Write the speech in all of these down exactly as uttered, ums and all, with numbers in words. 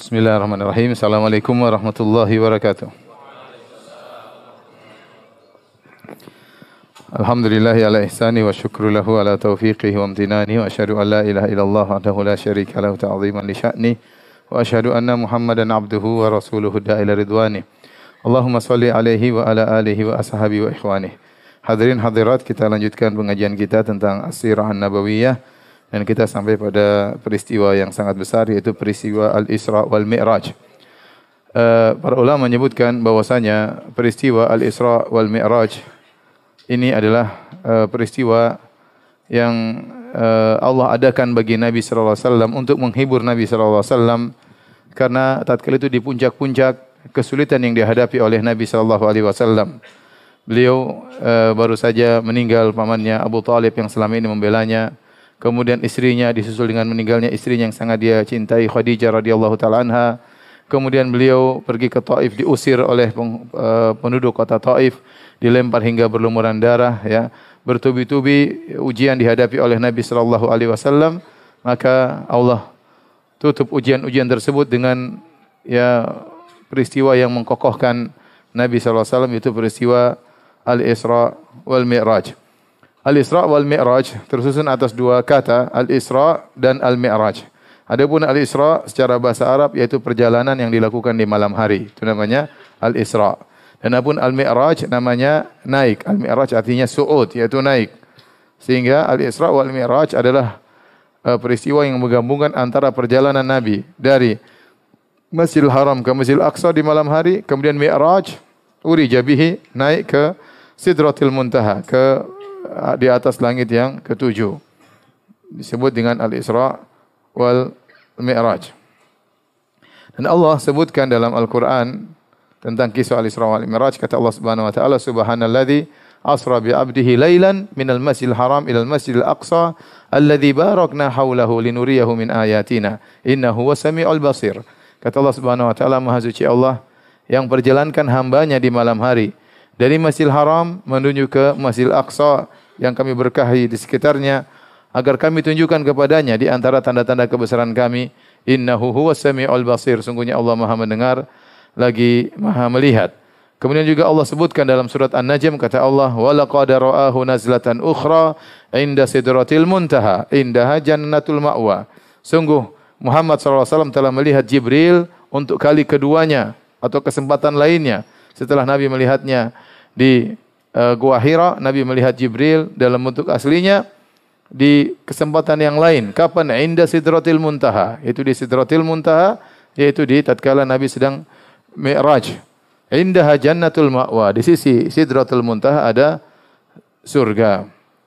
Bismillahirrahmanirrahim. Assalamualaikum warahmatullahi wabarakatuh. Alhamdulillahi ala ihsani wa syukru lahu ala taufiqihi wa amtinani wa asyhadu an la ilaha illallah wahdahu la syarika lahu ta'ziman li sya'ni wa asyhadu anna Muhammadan abduhu wa rasuluhu da'ila ridwani. Allahumma salli alaihi wa ala alihi wa ashabi wa ikhwani. Hadirin hadirat, kita lanjutkan pengajian kita tentang As-Sirah An-Nabawiyah dan kita sampai pada peristiwa yang sangat besar, yaitu peristiwa Al-Isra wal Mi'raj. Uh, para ulama menyebutkan bahwasanya peristiwa Al-Isra wal Mi'raj ini adalah uh, peristiwa yang uh, Allah adakan bagi Nabi sallallahu alaihi wasallam untuk menghibur Nabi sallallahu alaihi wasallam, karena tatkala itu di puncak-puncak kesulitan yang dihadapi oleh Nabi sallallahu alaihi wasallam. Beliau uh, baru saja meninggal pamannya Abu Talib yang selama ini membelanya. Kemudian istrinya disusul dengan meninggalnya istrinya yang sangat dia cintai, Khadijah radhiyallahu taala anha. Kemudian beliau pergi ke Taif, diusir oleh penduduk kota Taif, dilempar hingga berlumuran darah, ya. Bertubi-tubi ujian dihadapi oleh Nabi sallallahu alaihi wasallam, maka Allah tutup ujian-ujian tersebut dengan ya peristiwa yang mengkokohkan Nabi sallallahu alaihi wasallam, itu peristiwa Al-Isra wal Mi'raj. Al-Isra wal Mi'raj tersusun atas dua kata, Al-Isra dan Al-Mi'raj. Adapun Al-Isra secara bahasa Arab yaitu perjalanan yang dilakukan di malam hari, itu namanya Al-Isra. Dan adapun Al-Mi'raj namanya naik. Al-Mi'raj artinya su'ud, yaitu naik. Sehingga Al-Isra wal Mi'raj adalah uh, peristiwa yang menggabungkan antara perjalanan Nabi dari Masjidil Haram ke Masjidil Aqsa di malam hari, kemudian Mi'raj, urija bihi, naik ke Sidratil Muntaha, ke di atas langit yang ketujuh, disebut dengan Al-Isra wal Mi'raj. Dan Allah sebutkan dalam Al-Quran tentang kisah Al-Isra wal Mi'raj, kata Allah Subhanahu wa taala, subhanalladzi asra bi 'abdihi lailan minal masjidil haram ilal masjidil aqsa alladzi barakna haulahu linuriyahu min ayatina innahu wasami'ul basir. Kata Allah Subhanahu wa taala, maha suci Allah yang perjalankan hambanya di malam hari dari Masjidil Haram menuju ke Masjidil Aqsa yang kami berkahi di sekitarnya, agar kami tunjukkan kepadanya di antara tanda-tanda kebesaran kami, innahu huwas samiul basir, sungguhnya Allah Maha mendengar lagi Maha melihat. Kemudian juga Allah sebutkan dalam surat An-Najm, kata Allah, wa laqad ra'ahu nazlatan ukhra inda sidratil muntaha indaha jannatul ma'wa. Sungguh Muhammad sallallahu alaihi wasallam telah melihat Jibril untuk kali keduanya atau kesempatan lainnya. Setelah Nabi melihatnya di uh, Gua Hira, Nabi melihat Jibril dalam bentuk aslinya di kesempatan yang lain. Kapan? Inda Sidratil Muntaha. Itu di Sidratil Muntaha, yaitu di tatkala Nabi sedang Mi'raj. Indaha Jannatul Ma'wa. Di sisi Sidratul Muntaha ada surga.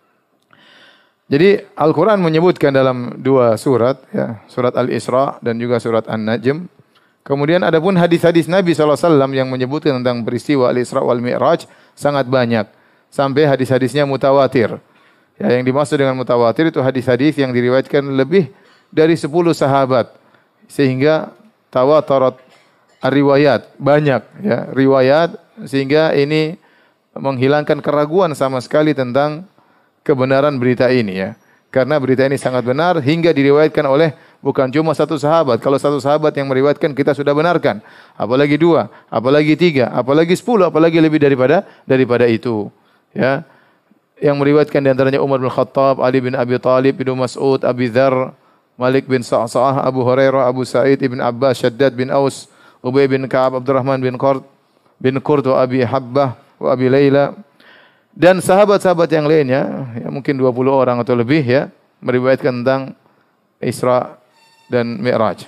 Jadi Al-Quran menyebutkan dalam dua surat, ya, surat Al-Isra dan juga surat An-Najm. Kemudian adapun hadis-hadis Nabi sallallahu alaihi wasallam yang menyebutkan tentang peristiwa Al-Isra wal Mi'raj sangat banyak, sampai hadis-hadisnya mutawatir. Ya, yang dimaksud dengan mutawatir itu hadis-hadis yang diriwayatkan lebih dari sepuluh sahabat, sehingga tawatarat riwayat, banyak ya riwayat, sehingga ini menghilangkan keraguan sama sekali tentang kebenaran berita ini, ya. Karena berita ini sangat benar hingga diriwayatkan oleh bukan cuma satu sahabat. Kalau satu sahabat yang meriwayatkan kita sudah benarkan, apalagi dua, apalagi tiga, apalagi sepuluh, apalagi lebih daripada daripada itu. Ya, yang meriwayatkan di antaranya Umar bin Khattab, Ali bin Abi Talib, Ibnu Mas'ud, Abi Dzar, Malik bin Sa'sa'ah, Abu Hurairah, Abu Sa'id, Ibn Abbas, Shaddad bin Aus, Ubay bin Ka'ab, Abdurrahman bin Qurt, bin Qurt, wa Abi Habbah, wa Abi Layla. Dan sahabat-sahabat yang lainnya, ya, mungkin dua puluh orang atau lebih, ya, meriwayatkan tentang Isra dan Mi'raj.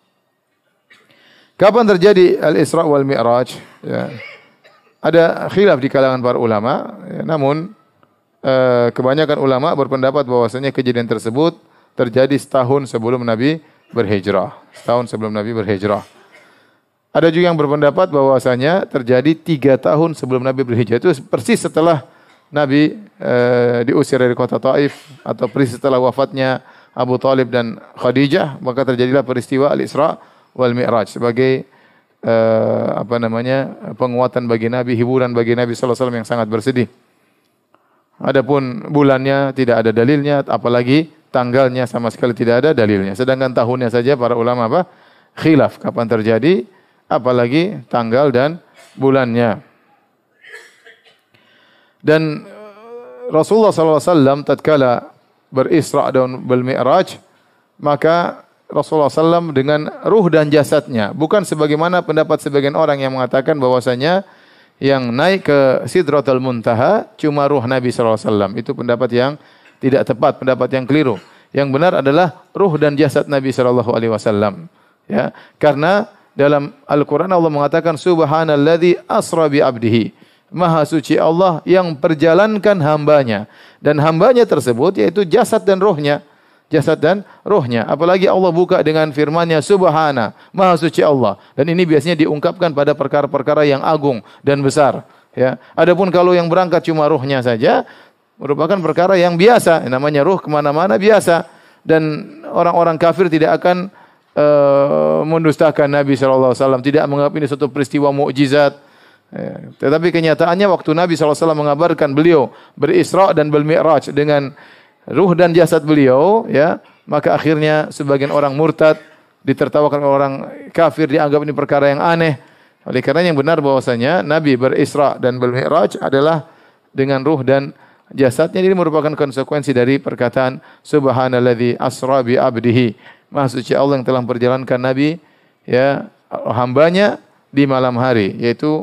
Kapan terjadi Al-Isra wal Mi'raj? Ya. Ada khilaf di kalangan para ulama, ya, namun eh, kebanyakan ulama berpendapat bahwasanya kejadian tersebut terjadi setahun sebelum Nabi berhijrah. Setahun sebelum Nabi berhijrah. Ada juga yang berpendapat bahwasanya terjadi tiga tahun sebelum Nabi berhijrah. Itu persis setelah Nabi eh, diusir dari kota Taif, atau persis setelah wafatnya Abu Talib dan Khadijah, maka terjadilah peristiwa Al-Isra wal Mi'raj sebagai eh, apa namanya penguatan bagi Nabi, hiburan bagi Nabi sallallahu alaihi wasallam yang sangat bersedih. Adapun bulannya tidak ada dalilnya, apalagi tanggalnya sama sekali tidak ada dalilnya. Sedangkan tahunnya saja para ulama apa? khilaf kapan terjadi, apalagi tanggal dan bulannya. Dan Rasulullah sallallahu alaihi wasallam tatkala berisra dan bermi'raj, maka Rasulullah sallallahu alaihi wasallam dengan ruh dan jasadnya, bukan sebagaimana pendapat sebagian orang yang mengatakan bahwasanya yang naik ke Sidratul Muntaha cuma ruh Nabi sallallahu alaihi wasallam. Itu pendapat yang tidak tepat, pendapat yang keliru. Yang benar adalah ruh dan jasad Nabi sallallahu alaihi wasallam. Ya, karena dalam Al-Qur'an Allah mengatakan subhanalladzi asra bi 'abdihi. Maha suci Allah yang perjalankan hambanya, dan hambanya tersebut yaitu jasad dan rohnya. Jasad dan rohnya. Apalagi Allah buka dengan firman-Nya subhana, maha suci Allah. Dan ini biasanya diungkapkan pada perkara-perkara yang agung dan besar. Ya. Adapun kalau yang berangkat cuma rohnya saja, merupakan perkara yang biasa. Namanya ruh kemana-mana biasa. Dan orang-orang kafir tidak akan uh, mendustakan Nabi shallallahu alaihi wasallam, tidak menganggap ini suatu peristiwa mukjizat. Ya. Tetapi kenyataannya waktu Nabi shallallahu alaihi wasallam mengabarkan beliau berisra dan bermi'raj dengan ruh dan jasad beliau, ya, maka akhirnya sebagian orang murtad, ditertawakan orang kafir, dianggap ini perkara yang aneh. Oleh karena yang benar bahwasanya Nabi berisra dan bermi'raj adalah dengan ruh dan jasadnya. Ini merupakan konsekuensi dari perkataan subhanalladzi asra bi 'abdihi. Maha suci Allah yang telah memperjalankan Nabi, ya, hambanya di malam hari, yaitu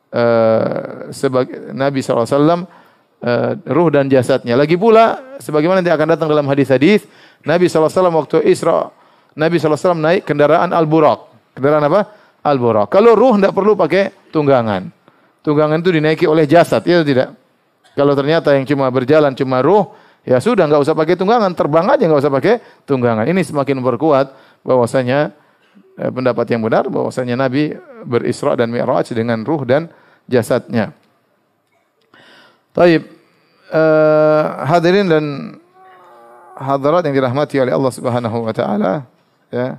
uh, sebagai Nabi sallallahu alaihi wasallam Uh, ruh dan jasadnya. Lagi pula sebagaimana nanti akan datang dalam hadis-hadis, Nabi sallallahu alaihi wasallam waktu Isra, Nabi sallallahu alaihi wasallam naik kendaraan Al-Buraq. Kendaraan apa? Al-Buraq. Kalau ruh tidak perlu pakai tunggangan. Tunggangan itu dinaiki oleh jasad, ya tidak? Kalau ternyata yang cuma berjalan cuma ruh, ya sudah enggak usah pakai tunggangan, terbang aja enggak usah pakai tunggangan. Ini semakin memperkuat bahwasanya eh, pendapat yang benar bahwasanya Nabi berisra dan mi'raj dengan ruh dan jasadnya. Taib, uh, hadirin dan hadirat yang dirahmati oleh Allah Subhanahu wa taala, ya.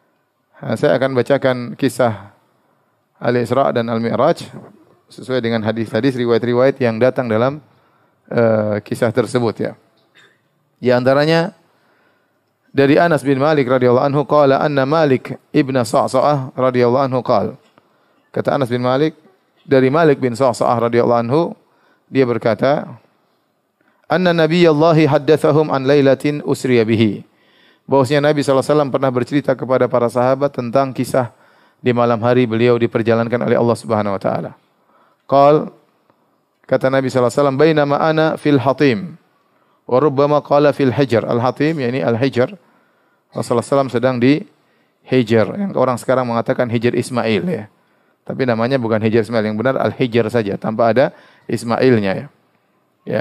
Saya akan bacakan kisah Al-Isra dan Al-Mi'raj sesuai dengan hadis-hadis riwayat-riwayat yang datang dalam uh, kisah tersebut, ya. Di antaranya dari Anas bin Malik radhiyallahu anhu qala anna Malik ibn Sa'sa'ah radhiyallahu anhu qala. Kata Anas bin Malik dari Malik bin Sa'sa'ah radhiyallahu anhu, dia berkata, anna nabiyallahi haddatsahum an lailatin usriya bihi. Bahwasanya Nabi sallallahu alaihi wasallam pernah bercerita kepada para sahabat tentang kisah di malam hari beliau diperjalankan oleh Allah Subhanahu wa taala. Qal, kata Nabi sallallahu alaihi wasallam, bainama ana fil hatim wa rubbama qala fil hijr. Al-hatim yakni al-hijr. Rasulullah sallallahu alaihi wasallam sedang di hijr, yang orang sekarang mengatakan hijr Ismail, ya. Tapi namanya bukan hijr Ismail, yang benar al-hijr saja tanpa ada Ismailnya, ya. Ya.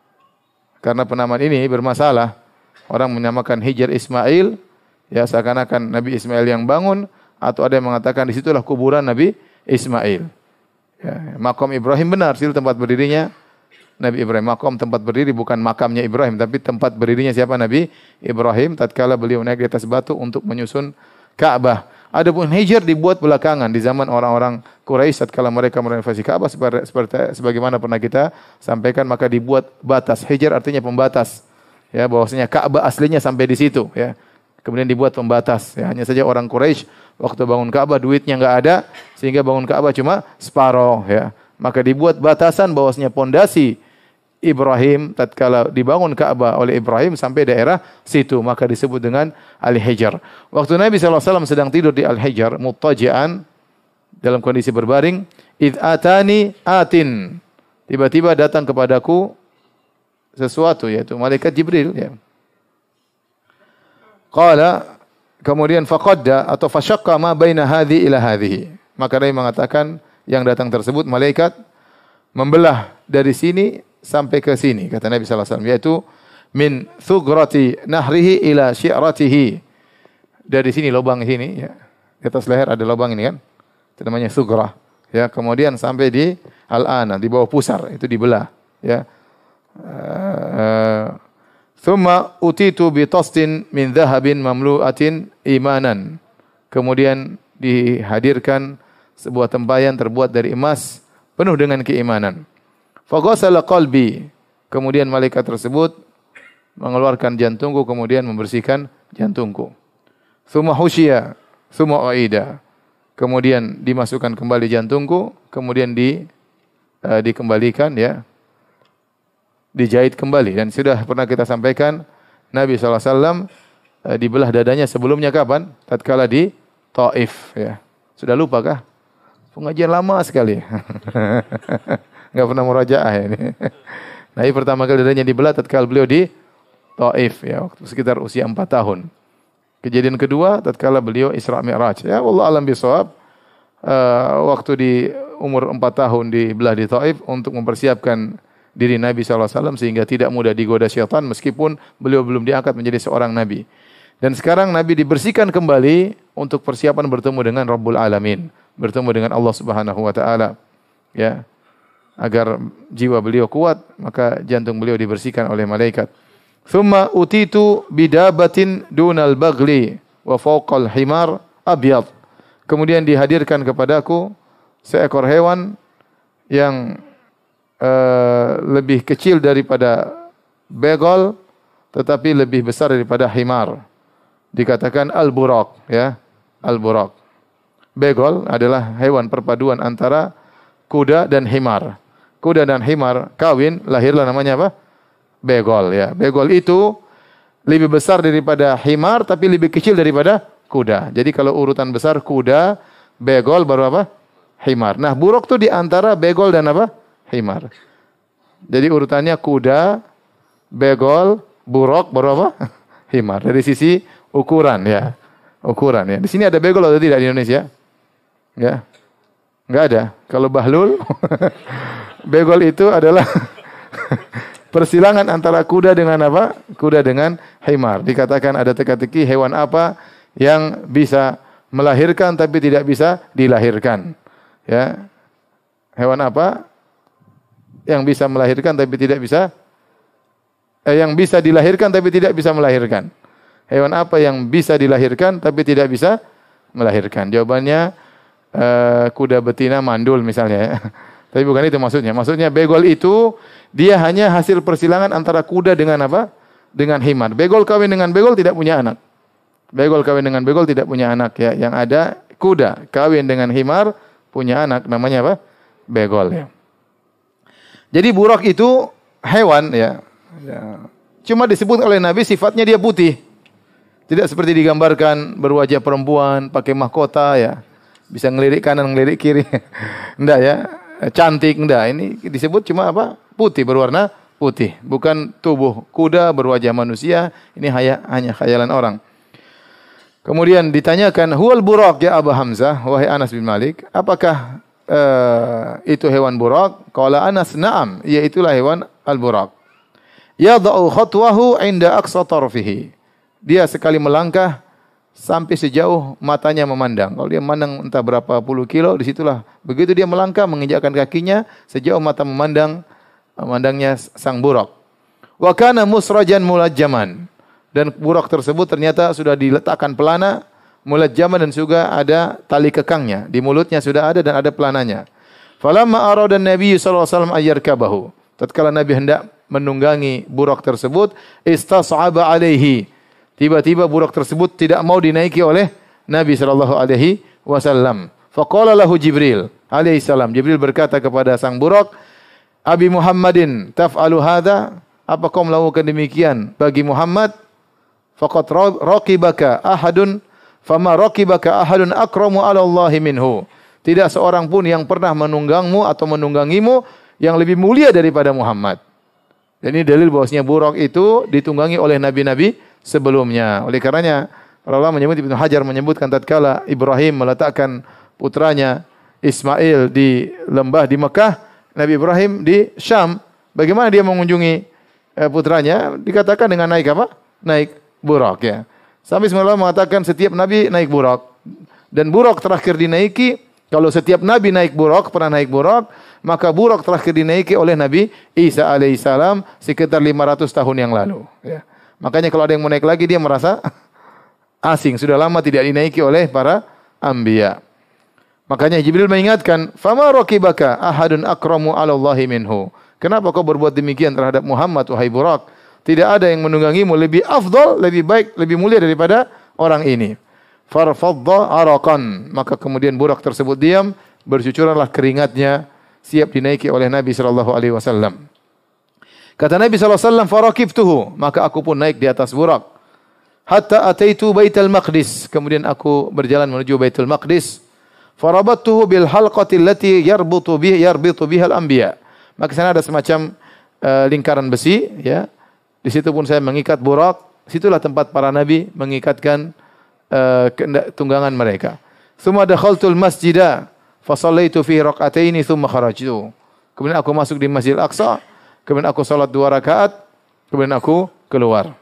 Karena penamaan ini bermasalah. Orang menamakan hijr Ismail, ya, seakan-akan Nabi Ismail yang bangun, atau ada yang mengatakan di situlah kuburan Nabi Ismail. Ya, makam Ibrahim benar, situ tempat berdirinya Nabi Ibrahim. Makam tempat berdiri bukan makamnya Ibrahim, tapi tempat berdirinya siapa? Nabi Ibrahim tatkala beliau naik di atas batu untuk menyusun Ka'bah. Adapun hijr dibuat belakangan di zaman orang-orang Quraisy tatkala mereka merenovasi Ka'bah seperti, seperti sebagaimana pernah kita sampaikan, maka dibuat batas. Hijr artinya pembatas. Ya, bahwasanya Ka'bah aslinya sampai di situ, ya. Kemudian dibuat pembatas, ya. Hanya saja orang Quraisy waktu bangun Ka'bah duitnya enggak ada sehingga bangun Ka'bah cuma separuh, ya. Maka dibuat batasan bahwasanya pondasi Ibrahim tatkala dibangun Ka'bah oleh Ibrahim sampai daerah situ, maka disebut dengan Al-Hijr. Waktu Nabi sallallahu alaihi wasallam sedang tidur di Al-Hijr muttaji'an dalam kondisi berbaring, id atani atin, tiba-tiba datang kepadaku sesuatu, yaitu malaikat Jibril, ya. Qala, kemudian faqadda atau fashaqqa ma baina hadhi ila hadhihi. Maka Nabi mengatakan yang datang tersebut malaikat membelah dari sini sampai ke sini, kata Nabi sallallahu alaihi wasallam, yaitu min thugrati nahrihi ila syi'ratihi. Dari sini lubang sini, ya. Di atas leher ada lubang ini kan. Itu namanya thugrah, ya. Kemudian sampai di al-ana, di bawah pusar, itu dibelah, ya. Uh, thumma utitu bi tastin min dhahabin mamlu'atin imanan. Kemudian dihadirkan sebuah tempayan terbuat dari emas penuh dengan keimanan. Faghasala qalbi. Kemudian malaikat tersebut mengeluarkan jantungku, kemudian membersihkan jantungku. Tsumma husyiya. Tsumma uida. Kemudian dimasukkan kembali jantungku, kemudian di uh, dikembalikan ya. Dijahit kembali dan sudah pernah kita sampaikan Nabi sallallahu alaihi wasallam uh, dibelah dadanya sebelumnya kapan? Tatkala di Taif ya. Sudah lupa kah? Pengajian lama sekali. Enggak pernah murajaah ini. Nabi pertama kali dadanya dibelah tatkala beliau di Taif ya, waktu sekitar usia empat tahun. Kejadian kedua tatkala beliau Isra Mi'raj. Ya, wallahu alam bisawab. Uh, waktu di umur empat tahun dibelah di Taif untuk mempersiapkan diri Nabi sallallahu alaihi wasallam sehingga tidak mudah digoda syaitan meskipun beliau belum diangkat menjadi seorang nabi. Dan sekarang Nabi dibersihkan kembali untuk persiapan bertemu dengan Rabbul Alamin, bertemu dengan Allah Subhanahu wa taala. Ya. Agar jiwa beliau kuat, maka jantung beliau dibersihkan oleh malaikat. Thumma utitu bidabatin dunal bagli wa fawqal himar abyad. Kemudian dihadirkan kepadaku seekor hewan yang uh, lebih kecil daripada begol tetapi lebih besar daripada himar. Dikatakan al-buraq ya, al-buraq. Begol adalah hewan perpaduan antara kuda dan himar. Kuda dan himar kawin, lahirlah namanya apa? Begol ya. Begol itu lebih besar daripada himar tapi lebih kecil daripada kuda. Jadi kalau urutan besar kuda, begol baru apa? Himar. Nah, buruk itu di antara begol dan apa? Himar. Jadi urutannya kuda, begol, buruk baru apa? Himar. Dari sisi ukuran ya. Ukuran ya. Di sini ada begol atau tidak di Indonesia? Ya. Enggak ada. Kalau bahlul begol itu adalah persilangan antara kuda dengan apa? Kuda dengan himar. Dikatakan ada teka-teki hewan apa yang bisa melahirkan tapi tidak bisa dilahirkan. Ya. Hewan apa yang bisa melahirkan tapi tidak bisa eh, yang bisa dilahirkan tapi tidak bisa melahirkan? Hewan apa yang bisa dilahirkan tapi tidak bisa melahirkan? Jawabannya uh, kuda betina mandul misalnya ya. Tapi bukan itu maksudnya. Maksudnya begol itu dia hanya hasil persilangan antara kuda dengan apa? Dengan himar. Begol kawin dengan begol tidak punya anak. Begol kawin dengan begol tidak punya anak ya. Yang ada kuda kawin dengan himar punya anak namanya apa? Begol ya. Jadi buraq itu hewan ya. ya. Cuma disebut oleh Nabi sifatnya dia putih. Tidak seperti digambarkan berwajah perempuan, pakai mahkota ya. Bisa ngelirik kanan, ngelirik kiri. Enggak ya. Cantik, enggak. Ini disebut cuma apa? Putih, berwarna putih. Bukan tubuh kuda berwajah manusia. Ini hanya, hanya khayalan orang. Kemudian ditanyakan, huwal buraq ya Abu Hamzah, wahai Anas bin Malik. Apakah uh, itu hewan buraq? Qala Anas, na'am. Iaitulah hewan al-buraq. Yada'u khatwahu inda aqsa tarfihi. Dia sekali melangkah sampai sejauh matanya memandang. Kalau dia memandang entah berapa puluh kilo, disitulah. Begitu dia melangkah, menginjakkan kakinya, sejauh mata memandang, memandangnya sang buraq. Wa kana musrajan mulajjaman. Dan buraq tersebut ternyata sudah diletakkan pelana, mulajjaman dan juga ada tali kekangnya. Di mulutnya sudah ada dan ada pelananya. Falamma arada Nabi sallallahu alaihi wasallam ayyarkabahu. Tatkala Nabi hendak menunggangi buraq tersebut, istas'aba alaihi. Tiba-tiba buraq tersebut tidak mau dinaiki oleh Nabi sallallahu alaihi wasallam. Faqala lahu Jibril alaihi salam. Jibril berkata kepada sang buraq, "Abi Muhammadin taf'alu hadza?" Apa kau melakukan demikian bagi Muhammad? Faqad raqibaka ahadun fama raqibaka ahadun akramu 'ala Allah minhu. Tidak seorang pun yang pernah menunggangmu atau menunggangimu yang lebih mulia daripada Muhammad. Dan ini dalil bahwasanya buraq itu ditunggangi oleh nabi-nabi sebelumnya. Oleh karenanya para ulama menyebut, Ibnu Hajar menyebutkan tatkala Ibrahim meletakkan putranya Ismail di lembah di Mekah, Nabi Ibrahim di Syam. Bagaimana dia mengunjungi eh, putranya? Dikatakan dengan naik apa? Naik buraq ya. Sampai semua ulama mengatakan setiap nabi naik buraq. Dan buraq terakhir dinaiki, kalau setiap nabi naik buraq, pernah naik buraq, maka buraq terakhir dinaiki oleh Nabi Isa alaihissalam sekitar lima ratus tahun yang lalu ya. Makanya kalau ada yang mau naik lagi dia merasa asing. Sudah lama tidak dinaiki oleh para anbiya. Makanya Jibril mengingatkan, "Fama raqibaka ahadun akramu 'ala Allahi minhu." Kenapa kau berbuat demikian terhadap Muhammad wahai buraq? Tidak ada yang menunggangimu lebih afdal, lebih baik, lebih mulia daripada orang ini. farfadda araqan, maka kemudian burak tersebut diam, bercucuranlah keringatnya, siap dinaiki oleh Nabi sallallahu alaihi wasallam. Kata Nabi sallallahu alaihi wasallam, farakibtuhu, maka aku pun naik di atas burak. Hatta ataitu Baitul Maqdis, kemudian aku berjalan menuju Baitul Maqdis. Farabattuhu bil halqati allati yarbutu bihi yarbitu biha al-anbiya. Maka sana ada semacam uh, lingkaran besi, ya. Di situ pun saya mengikat burak. Situlah tempat para nabi mengikatkan uh, tunggangan mereka. Tsumma dakhaltul masjida fa shallaitu fi rak'ataini tsumma kharajtu. Kemudian aku masuk di Masjidil Aqsa, kemudian aku salat dua rakaat, kemudian aku keluar.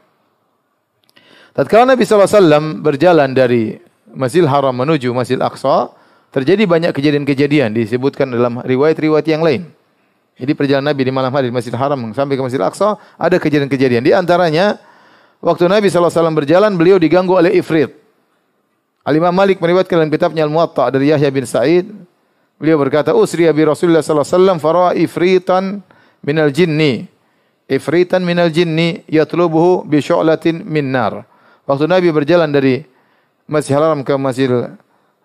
Tatkala Nabi sallallahu alaihi wasallam berjalan dari Masjidil Haram menuju Masjidil Aqsa, terjadi banyak kejadian-kejadian disebutkan dalam riwayat-riwayat yang lain. Jadi perjalanan Nabi di malam hari di Masjidil Haram sampai ke Masjidil Aqsa ada kejadian-kejadian. Di antaranya waktu Nabi sallallahu alaihi wasallam berjalan, beliau diganggu oleh ifrit. Al-Imam Malik meriwayatkan dalam kitabnya Al-Muwatta dari Yahya bin Sa'id, beliau berkata, "Usriya bi Rasulillah sallallahu alaihi wasallam fara'a ifritan minal jinni, ifritan minal jinni yatlubuhu bi syu'latin min nar." Waktu Nabi berjalan dari Masjidil Haram ke Masjidil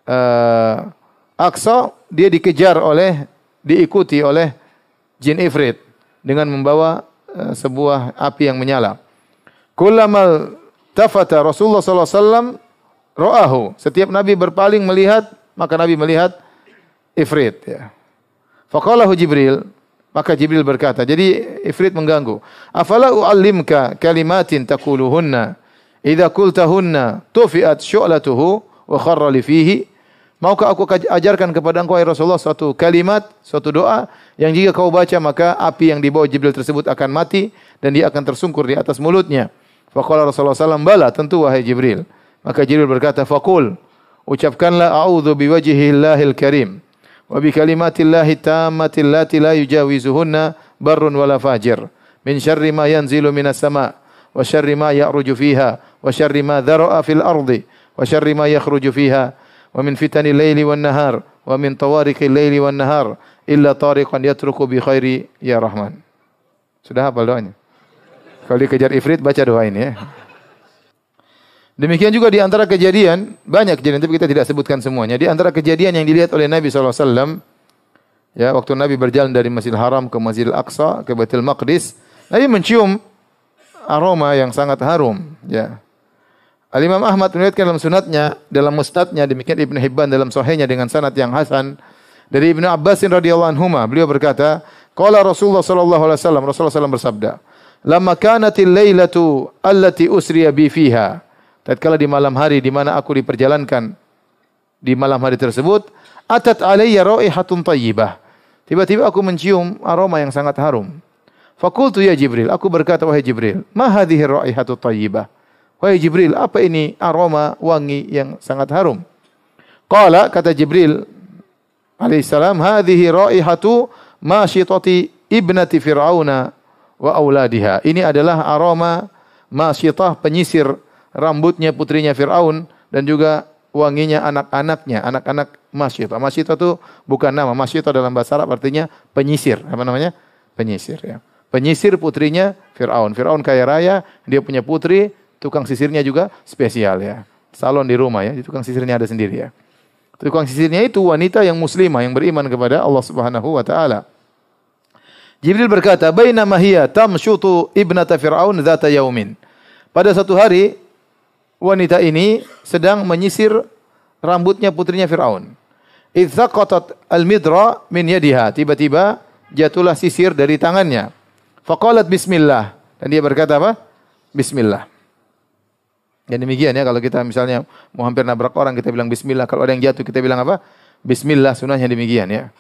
uh, Aqsa, dia dikejar oleh, diikuti oleh jin ifrit dengan membawa uh, sebuah api yang menyala. Kullamal tafata Rasulullah sallallahu alaihi wasallam ra'ahu. Setiap Nabi berpaling melihat, maka Nabi melihat ifrit, ya. Faqalahu Jibril, maka Jibril berkata, jadi ifrit mengganggu. Afala u'allimka kalimatin taquluhunna idza qultahunna tufiat syu'latuhu wa kharra li fihi. Maukah aku ajarkan kepada engkau, ya Rasulullah, suatu kalimat, suatu doa yang jika kau baca maka api yang dibawa Jibril tersebut akan mati dan dia akan tersungkur di atas mulutnya. Faqala Rasulullah sallallahu alaihi wasallam, bala, tentu wahai Jibril. Maka Jibril berkata, faqul, ucapkanlah a'udzu biwajhillahil karim wa bi kalimatillahi tammati allati la yujawizuhunna barrun wala fajir min syarri ma yanzilu minas sama' wa syarri ma ya'ruju fiha wa syarri ma dhara'a fil ardi wa syarri ma yakhruju fiha wa min fitanil laili wan nahar wa min tawariqil laili wan nahar illa tariqan yatruku bi khairi ya Rahman. Sudah hafal doanya? Kalau dikejar ifrit baca doa ini, ya. Demikian juga di antara kejadian, banyak kejadian tapi kita tidak sebutkan semuanya. Di antara kejadian yang dilihat oleh Nabi sallallahu alaihi wasallam, ya, waktu Nabi berjalan dari Masjidil Haram ke Masjidil Aqsa ke Baitul Maqdis, Nabi mencium aroma yang sangat harum, ya. Al-Imam Ahmad meriwayatkan dalam sunatnya, dalam musnadnya, demikian Ibnu Hibban dalam sahihnya dengan sanad yang hasan dari Ibnu Abbas radhiyallahu anhuma, beliau berkata, qala Rasulullah sallallahu alaihi wasallam, Rasulullah sallallahu alaihi wasallam bersabda, "Lamma kanatil lailatu allati usriya bi fiha." Tatkala di malam hari di mana aku diperjalankan di malam hari tersebut, atat alayya raihatun thayyibah. Tiba-tiba aku mencium aroma yang sangat harum. Faqultu ya Jibril, aku berkata, wahai Jibril, ma hadhihi raihatu thayyibah? Wahai Jibril, apa ini aroma wangi yang sangat harum? Qala, kata Jibril alaihissalam, hadhihi raihatu masyitati ibnati Fir'auna wa auladiha. Ini adalah aroma masyitah, penyisir rambutnya putrinya Fir'aun dan juga wanginya anak-anaknya, anak-anak masyitah. Masyitah itu bukan nama, masyitah dalam bahasa Arab artinya penyisir. Apa namanya? Penyisir, ya. Penyisir putrinya Fir'aun. Fir'aun kaya raya, dia punya putri, tukang sisirnya juga spesial, ya. Salon di rumah, ya, tukang sisirnya ada sendiri, ya. Tukang sisirnya itu wanita yang muslimah yang beriman kepada Allah Subhanahu wa taala. Jibril berkata, "Bainama hiya tamshutu ibnata Fir'aun dzata yaumin." Pada satu hari wanita ini sedang menyisir rambutnya putrinya Fir'aun. Idz saqatat al-midra min yadiha. Tiba-tiba jatuhlah sisir dari tangannya. Faqalat bismillah. Dan dia berkata apa? Bismillah. Dan demikian, ya, kalau kita misalnya mau hampir nabrak orang kita bilang bismillah. Kalau ada yang jatuh kita bilang apa? Bismillah, sunnahnya demikian, ya.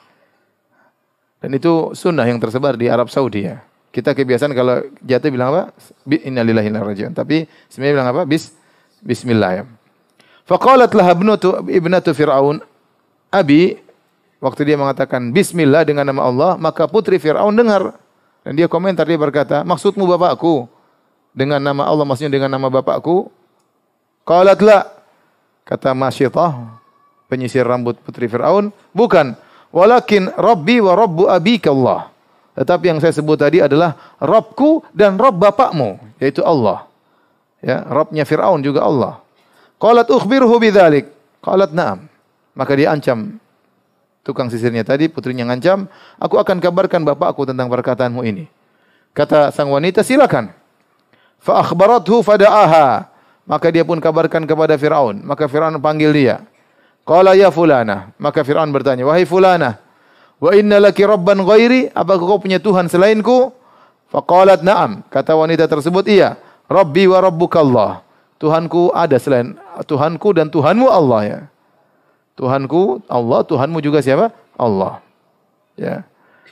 Dan itu sunnah yang tersebar di Arab Saudi, ya. Kita kebiasaan kalau jatuh bilang apa? Innalillahi wa inna ilaihi raji'un. Tapi sebenarnya bilang apa? Bis bismillah, ya. Faqalat laha ibnatu ibnatu Fir'aun, abi, waktu dia mengatakan bismillah dengan nama Allah, maka putri Fir'aun dengar. Dan dia komentar, dia berkata, maksudmu bapakku? Dengan nama Allah, maksudnya dengan nama bapakku? Qalat la, kata masyitah, penyisir rambut putri Fir'aun, bukan. Walakin Rabbi wa Rabbu abika Allah. Tetapi yang saya sebut tadi adalah Rabbku dan Rabb bapakmu, yaitu Allah. Ya, Rabbnya Fir'aun juga Allah. Qalat ukhbirhu bidzalik. Qalat na'am. Maka dia ancam tukang sisirnya tadi, putrinya ngancam, aku akan kabarkan bapakku tentang perkataanmu ini. Kata sang wanita, silakan. Fa akhbarathu fada'aha. Maka dia pun kabarkan kepada Fir'aun. Maka Fir'aun panggil dia. Qala ya fulana. Maka Fir'aun bertanya, wahai fulana, wa inna laki rabban ghairi? Apakah kau punya Tuhan selainku? Faqalat na'am. Kata wanita tersebut, iya. Rabbi wa rabbukallah. Tuhanku ada selain Tuhanku dan Tuhanmu Allah ya. Tuhanku Allah, Tuhanmu juga siapa? Allah. Ya.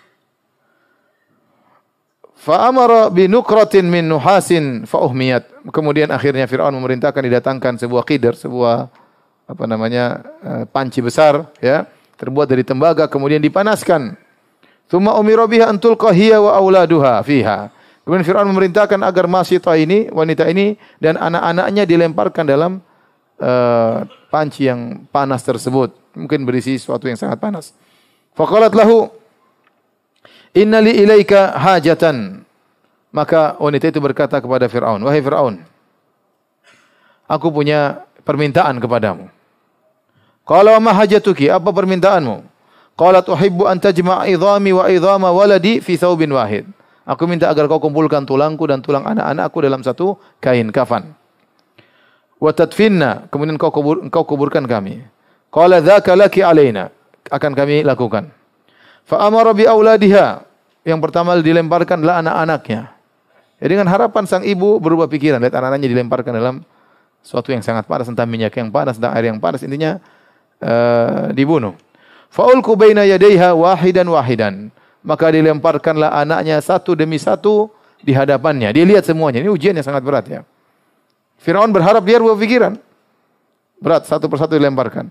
Fa amara bi nukratin min nuhasin fa uhmiyat. Kemudian akhirnya Firaun memerintahkan didatangkan sebuah qidr, sebuah apa namanya panci besar ya, terbuat dari tembaga kemudian dipanaskan. Tsumma umira biha an tulqa hiya wa auladuha fiha. Kemudian Firaun memerintahkan agar Masita ini, wanita ini dan anak-anaknya dilemparkan dalam Uh, panci yang panas tersebut, mungkin berisi sesuatu yang sangat panas. Faqalat lahu inna li ilaika hajatan. Maka wanita itu berkata kepada Firaun, wahai Firaun, aku punya permintaan kepadamu. Qala wa ma hajatuki? Apa permintaanmu? Qalat uhibbu an tajma'a idhami wa idhama waladi fi thawbin wahid. Aku minta agar kau kumpulkan tulangku dan tulang anak-anakku dalam satu kain kafan. Wa tadfinna, kemudian kau kubur, engkau kuburkan kami. Qala dzaka laki alaina, akan kami lakukan. Fa amara bi auladiha, yang pertama dilemparkanlah anak-anaknya. Jadi dengan harapan sang ibu berubah pikiran, lihat anak-anaknya dilemparkan dalam sesuatu yang sangat panas, entah minyak yang panas, entah air yang panas, intinya uh, dibunuh. Fa ulqu baina yadayha wahidan wahidan, maka dilemparkanlah anaknya satu demi satu di hadapannya. Dia lihat semuanya. Ini ujian yang sangat berat ya. Firaun berharap dia berubah pikiran. Berat, satu persatu dilemparkan.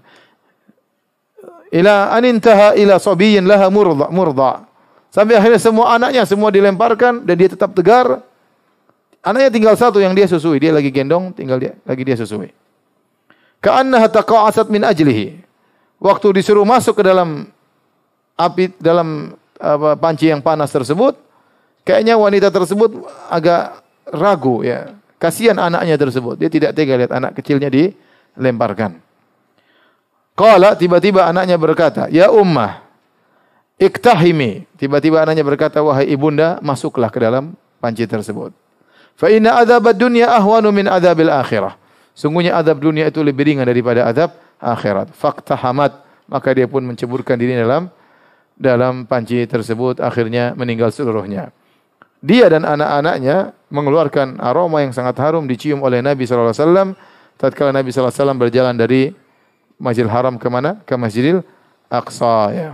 Ila anintaha ila sabiyyin laha murda murda. Sampai akhirnya semua anaknya semua dilemparkan dan dia tetap tegar. Anaknya tinggal satu yang dia susui, dia lagi gendong, tinggal dia lagi dia susui. Ka'annaha taqa'asat min ajlihi. Waktu disuruh masuk ke dalam api, dalam apa, panci yang panas tersebut, kayaknya wanita tersebut agak ragu ya. Kasihan anaknya tersebut. Dia tidak tega lihat anak kecilnya dilemparkan. Qala, tiba-tiba anaknya berkata, ya ummah, iktahimi. Tiba-tiba anaknya berkata, wahai ibunda, masuklah ke dalam panci tersebut. Fa inna adzabad dunya ahwanu min adzabil akhirah. Sungguhnya azab dunia itu lebih ringan daripada azab akhirat. Faqtahamat, maka dia pun menceburkan diri dalam dalam panci tersebut, akhirnya meninggal seluruhnya. Dia dan anak-anaknya mengeluarkan aroma yang sangat harum dicium oleh Nabi sallallahu alaihi wasallam tatkala Nabi sallallahu alaihi wasallam berjalan dari Masjidil Haram ke mana? Ke Masjidil Aqsa ya.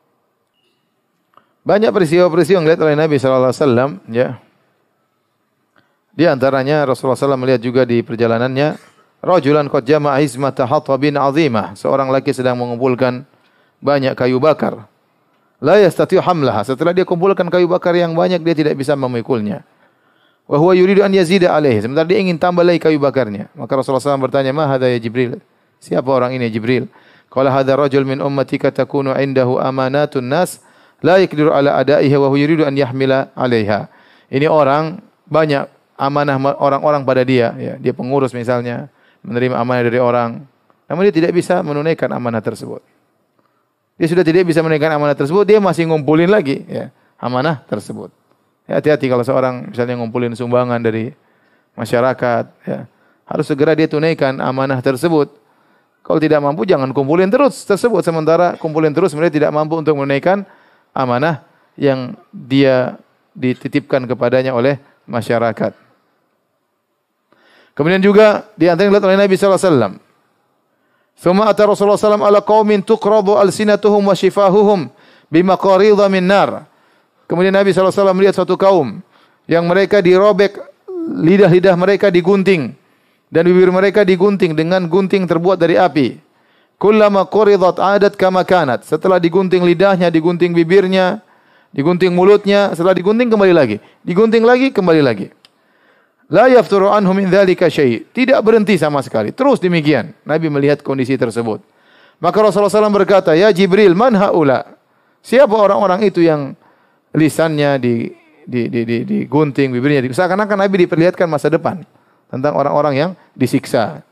Banyak peristiwa-peristiwa yang dilihat oleh Nabi sallallahu alaihi wasallam ya. Di antaranya Rasulullah sallallahu alaihi wasallam melihat juga di perjalanannya rajulan qad jama'a hizmata hatabin 'azimah, seorang laki sedang mengumpulkan banyak kayu bakar. La yastati' hamlaha. Setelah dia kumpulkan kayu bakar yang banyak, dia tidak bisa memikulnya. Wa huwa yuridu an yazida alaihi. Sementara dia ingin tambah lagi kayu bakarnya. Maka Rasulullah sallallahu alaihi wasallam bertanya, "Ma hadza ya Jibril?" Siapa orang ini Jibril? Qala hadza rajul min ummatika takunu indahu amanatun nas la yaqdiru ala adaiha wa huwa yuridu an yahmila 'alaiha. Ini orang banyak amanah orang-orang pada dia, ya. Dia pengurus misalnya, menerima amanah dari orang, namun dia tidak bisa menunaikan amanah tersebut. Dia sudah tidak bisa menunaikan amanah tersebut, dia masih ngumpulin lagi ya, amanah tersebut. Ya, hati-hati kalau seorang misalnya ngumpulin sumbangan dari masyarakat, ya, harus segera dia tunaikan amanah tersebut. Kalau tidak mampu jangan kumpulin terus tersebut, sementara kumpulin terus mereka tidak mampu untuk menunaikan amanah yang dia dititipkan kepadanya oleh masyarakat. Kemudian juga di antara yang dilihat oleh Nabi sallallahu alaihi wasallam, "Tsumma ata Rasulullah sallallahu alaihi wasallam ala qaumin tuqradu alsinatuhum wa shifahuhum bimaqaridha min nar." Kemudian Nabi sallallahu alaihi wasallam melihat suatu kaum yang mereka dirobek, lidah-lidah mereka digunting dan bibir mereka digunting dengan gunting terbuat dari api. Kullama quridat adat kama kanat. Setelah digunting lidahnya, digunting bibirnya, digunting mulutnya, setelah digunting kembali lagi, digunting lagi kembali lagi. La yafturu anhum min dzalika syai'. Tidak berhenti sama sekali. Terus demikian. Nabi melihat kondisi tersebut. Maka Rasulullah sallallahu alaihi wasallam berkata, "Ya Jibril, man haula?" Siapa orang-orang itu yang lisannya di di di di digunting, bibirnya di, seakan-akan Nabi diperlihatkan masa depan tentang orang-orang yang disiksa.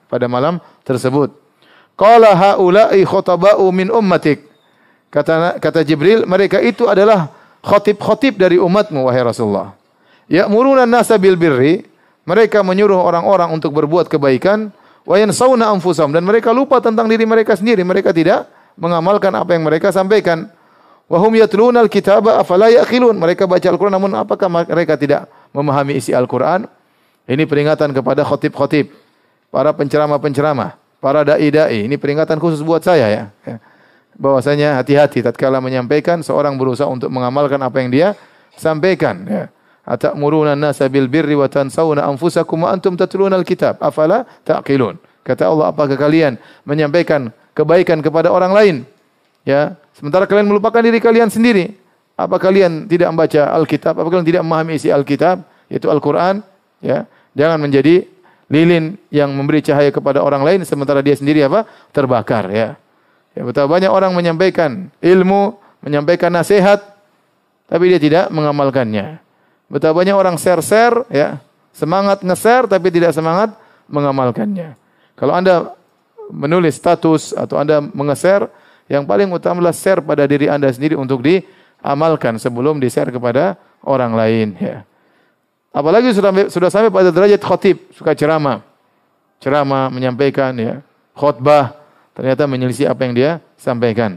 pada malam tersebut. Qala haula'i khutaba'u min ummatik. Kata kata Jibril, mereka itu adalah khatib-khatib dari umatmu wahai Rasulullah. Ya'muruna an-nasa bil birri, mereka menyuruh orang-orang untuk berbuat kebaikan, wa yansawna anfusahum, dan mereka lupa tentang diri mereka sendiri, mereka tidak mengamalkan apa yang mereka sampaikan. Wa hum yatluna al-kitaba afala ya'qilun, mereka baca Al-Qur'an namun apakah mereka tidak memahami isi Al-Qur'an? Ini peringatan kepada khatib-khatib, para penceramah-penceramah, para dai-dai. Ini peringatan khusus buat saya ya. Bahwasanya hati-hati tatkala menyampaikan, seorang berusaha untuk mengamalkan apa yang dia sampaikan ya. Atamuruna an-nasa bil birri wa tansawna anfusakum wa antum tatluna al-kitab afala taqilun. Kata Allah, apakah kalian menyampaikan kebaikan kepada orang lain ya, sementara kalian melupakan diri kalian sendiri? Apa kalian tidak membaca Alkitab? Apa kalian tidak memahami isi Alkitab, yaitu Al-Qur'an ya? Jangan menjadi lilin yang memberi cahaya kepada orang lain sementara dia sendiri apa? Terbakar ya. Ya, betapa banyak orang menyampaikan ilmu, menyampaikan nasihat, tapi dia tidak mengamalkannya. Betapa banyak orang share-share, ya, semangat nge-share, tapi tidak semangat mengamalkannya. Kalau Anda menulis status atau Anda menge-share, yang paling utama adalah share pada diri Anda sendiri untuk diamalkan sebelum di-share kepada orang lain. Ya. Apalagi sudah sudah sampai pada derajat khatib, suka ceramah, ceramah menyampaikan, ya, khutbah. Ternyata menyelisih apa yang dia sampaikan.